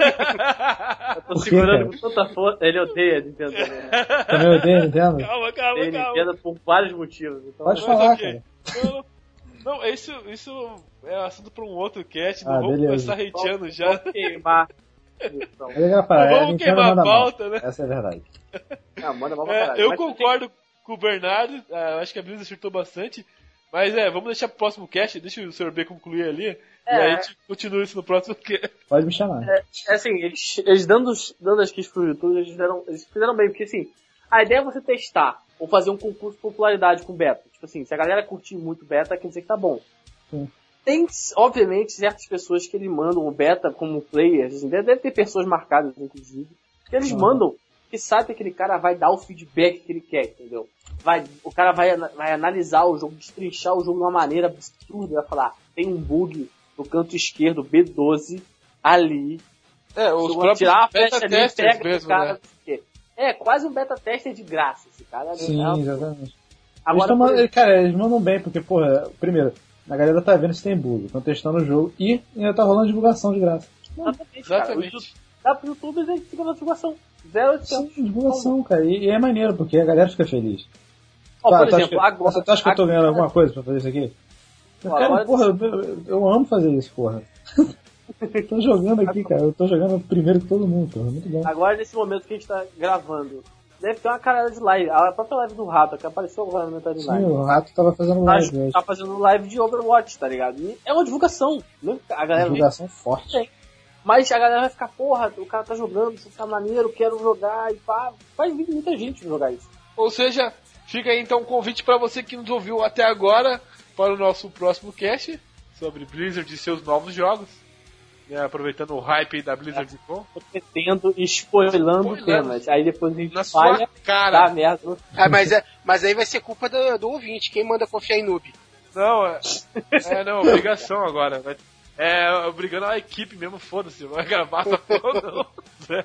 Eu tô Por quê, segurando cara? com tanta força. Ele odeia a Nintendo também. Também odeia a Nintendo? Calma, calma, Ele calma. Nintendo por vários motivos. Então, Pode Mas falar, ok. cara. Não, não, isso, isso é assunto pra um outro cast, não Ah, vamos beleza. começar hateando já. Vamos queimar. Então, É legal falar, Não a vamos Nintendo queimar a manda mal. pauta, né? Essa é a verdade. ah, manda mal pra É, caralho. eu Mas concordo com o Bernardo, ah, eu acho que a Blizzard acertou bastante, mas é, vamos deixar pro próximo cast, deixa o senhor B concluir ali, e É. aí a gente continua isso no próximo cast. Pode me chamar. É, é assim, eles, eles dando, os- dando as keys pro YouTube, eles fizeram, eles fizeram bem, porque assim, a ideia é você testar, ou fazer um concurso de popularidade com beta. Tipo assim, se a galera curtir muito beta, quer dizer que tá bom. Sim. Tem, obviamente, certas pessoas que eles mandam o beta como players, assim, deve, deve ter pessoas marcadas, inclusive, que eles Uhum. mandam, que sabe que aquele cara vai dar o feedback que ele quer, entendeu? Vai, o cara vai, ana- vai analisar o jogo, destrinchar o jogo de uma maneira absurda, vai falar, tem um bug no canto esquerdo, B doze, ali, É, os eu vou próprios tirar a flecha beta ali e testers pega mesmo, o cara, né? não sei o quê. É, quase um beta tester de graça, esse cara. Sim, é, exatamente. Eles agora, tão por mandando- cara, eles mandam bem, porque, porra, primeiro, a galera tá vendo se tem bug, estão testando o jogo e ainda tá rolando divulgação de graça. exatamente, cara. Exatamente. O- Dá pro YouTube e fica na divulgação. Zero oitocentos. Sim, divulgação, cara. E, e é maneiro, porque a galera fica feliz. Ó, Tá, por tu acha exemplo, que- agora... Tu acha que eu tô ganhando alguma coisa pra fazer isso aqui? Ó, Cara, agora- porra, eu, eu amo fazer isso, porra. Eu tô jogando aqui, cara. Eu tô jogando primeiro que todo mundo, porra. Muito bom. Agora, nesse momento que a gente tá gravando, deve ter uma caralho de live. A própria live do Rato, que apareceu agora no Sim, timeline. o Rato tava fazendo Tá, live hoje. tá fazendo live de Overwatch, tá ligado? E é uma divulgação, né? A galera vem, Divulgação forte. mas a galera vai ficar, porra, o cara tá jogando, isso tá maneiro, quero jogar, e pá. Vai vir muita gente jogar isso. Ou seja, fica aí então um convite pra você que nos ouviu até agora para o nosso próximo cast sobre Blizzard e seus novos jogos. Né, aproveitando o hype aí da Blizzard com Prometendo e spoilando Spoilando. temas. Aí depois a gente na falha, sua cara. dá merda. Ah, mas, é, mas aí vai ser culpa do, do ouvinte. Quem manda confiar em noob? Não, é, é não, obrigação agora. Vai- É, obrigando a equipe mesmo, foda-se, não vai gravar essa porra não. Né?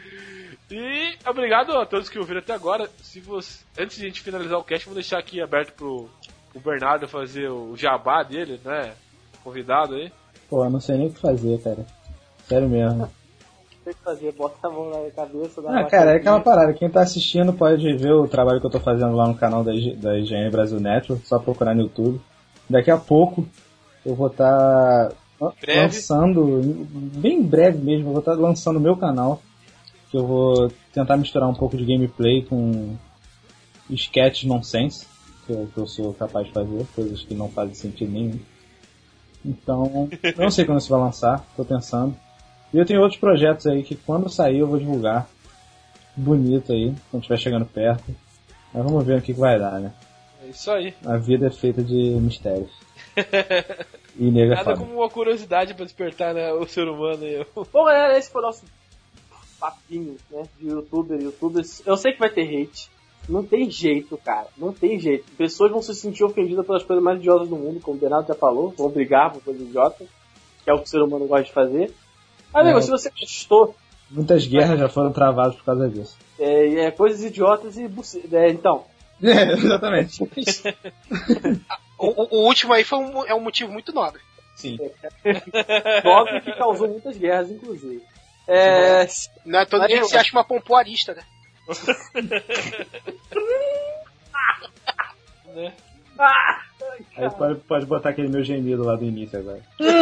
E obrigado a todos que ouviram até agora. Se você, antes de a gente finalizar o cast, vou deixar aqui aberto pro, pro Bernardo fazer o jabá dele, né? Convidado aí. Pô, eu não sei nem o que fazer, cara. Sério mesmo. Tem que fazer, bota a mão na cabeça. dá Ah, uma cara, é aquela batidinha. parada. Quem tá assistindo pode ver o trabalho que eu tô fazendo lá no canal da, I G- da I G N Brasil Network. Só procurar no YouTube. Daqui a pouco eu vou estar Breve. lançando, bem breve mesmo, eu vou estar lançando o meu canal. Que eu vou tentar misturar um pouco de gameplay com sketch nonsense. que eu, que eu sou capaz de fazer, coisas que não fazem sentido nenhum. Então, eu não sei quando isso vai lançar, tô pensando. E eu tenho outros projetos aí que quando sair eu vou divulgar. Bonito aí, quando estiver chegando perto. Mas vamos ver o que, que vai dar, né? É isso aí. A vida é feita de mistérios. E nega Nada foda. como uma curiosidade pra despertar, né, o ser humano aí. Bom, galera, esse foi o nosso papinho, né, de youtuber, youtubers. Eu sei que vai ter hate. Não tem jeito, cara. Não tem jeito. Pessoas vão se sentir ofendidas pelas coisas mais idiotas do mundo, como o Bernardo já falou. Vão brigar por coisas idiotas, que é o que o ser humano gosta de fazer. Amigo, É. se você gostou, Muitas guerras já foram travadas por causa disso. é, é coisas idiotas e... buce- É, então, É, exatamente. O, o- o último aí foi um, é um motivo muito nobre. Sim. óbvio que causou muitas guerras, inclusive. É... Não é todo Aí, dia que eu- se acha uma pompoarista, né? Né? Ah! Aí pode, pode botar aquele meu gemido lá do início agora.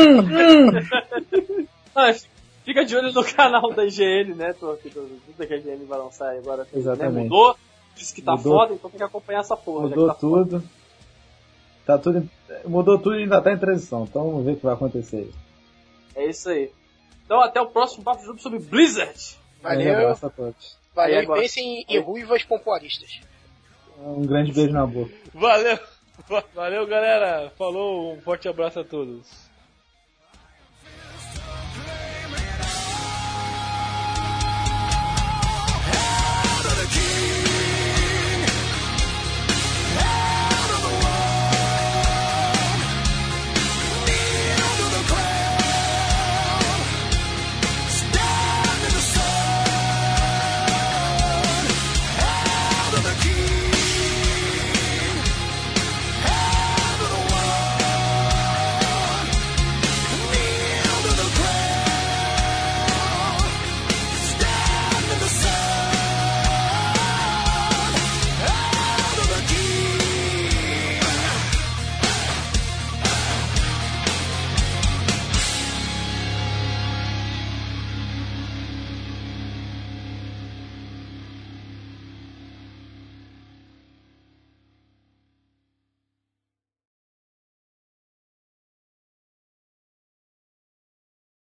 Ah, fica de olho no canal da I G N, né? Tô, tô, tudo que a I G N vai lançar agora. Exatamente. Né? Mudou, disse que tá Mudou. foda, então tem que acompanhar essa porra. já Mudou que tá foda. tudo. Tá tudo. em- Mudou tudo e ainda tá em transição. Então vamos ver o que vai acontecer. É isso aí. Então até o próximo papo de jogo sobre Blizzard. Um Valeu, abraço a todos. valeu Aí e agora- pensem em ruivas pompoaristas. Um grande beijo na boca. Valeu, valeu galera. Falou, um forte abraço a todos.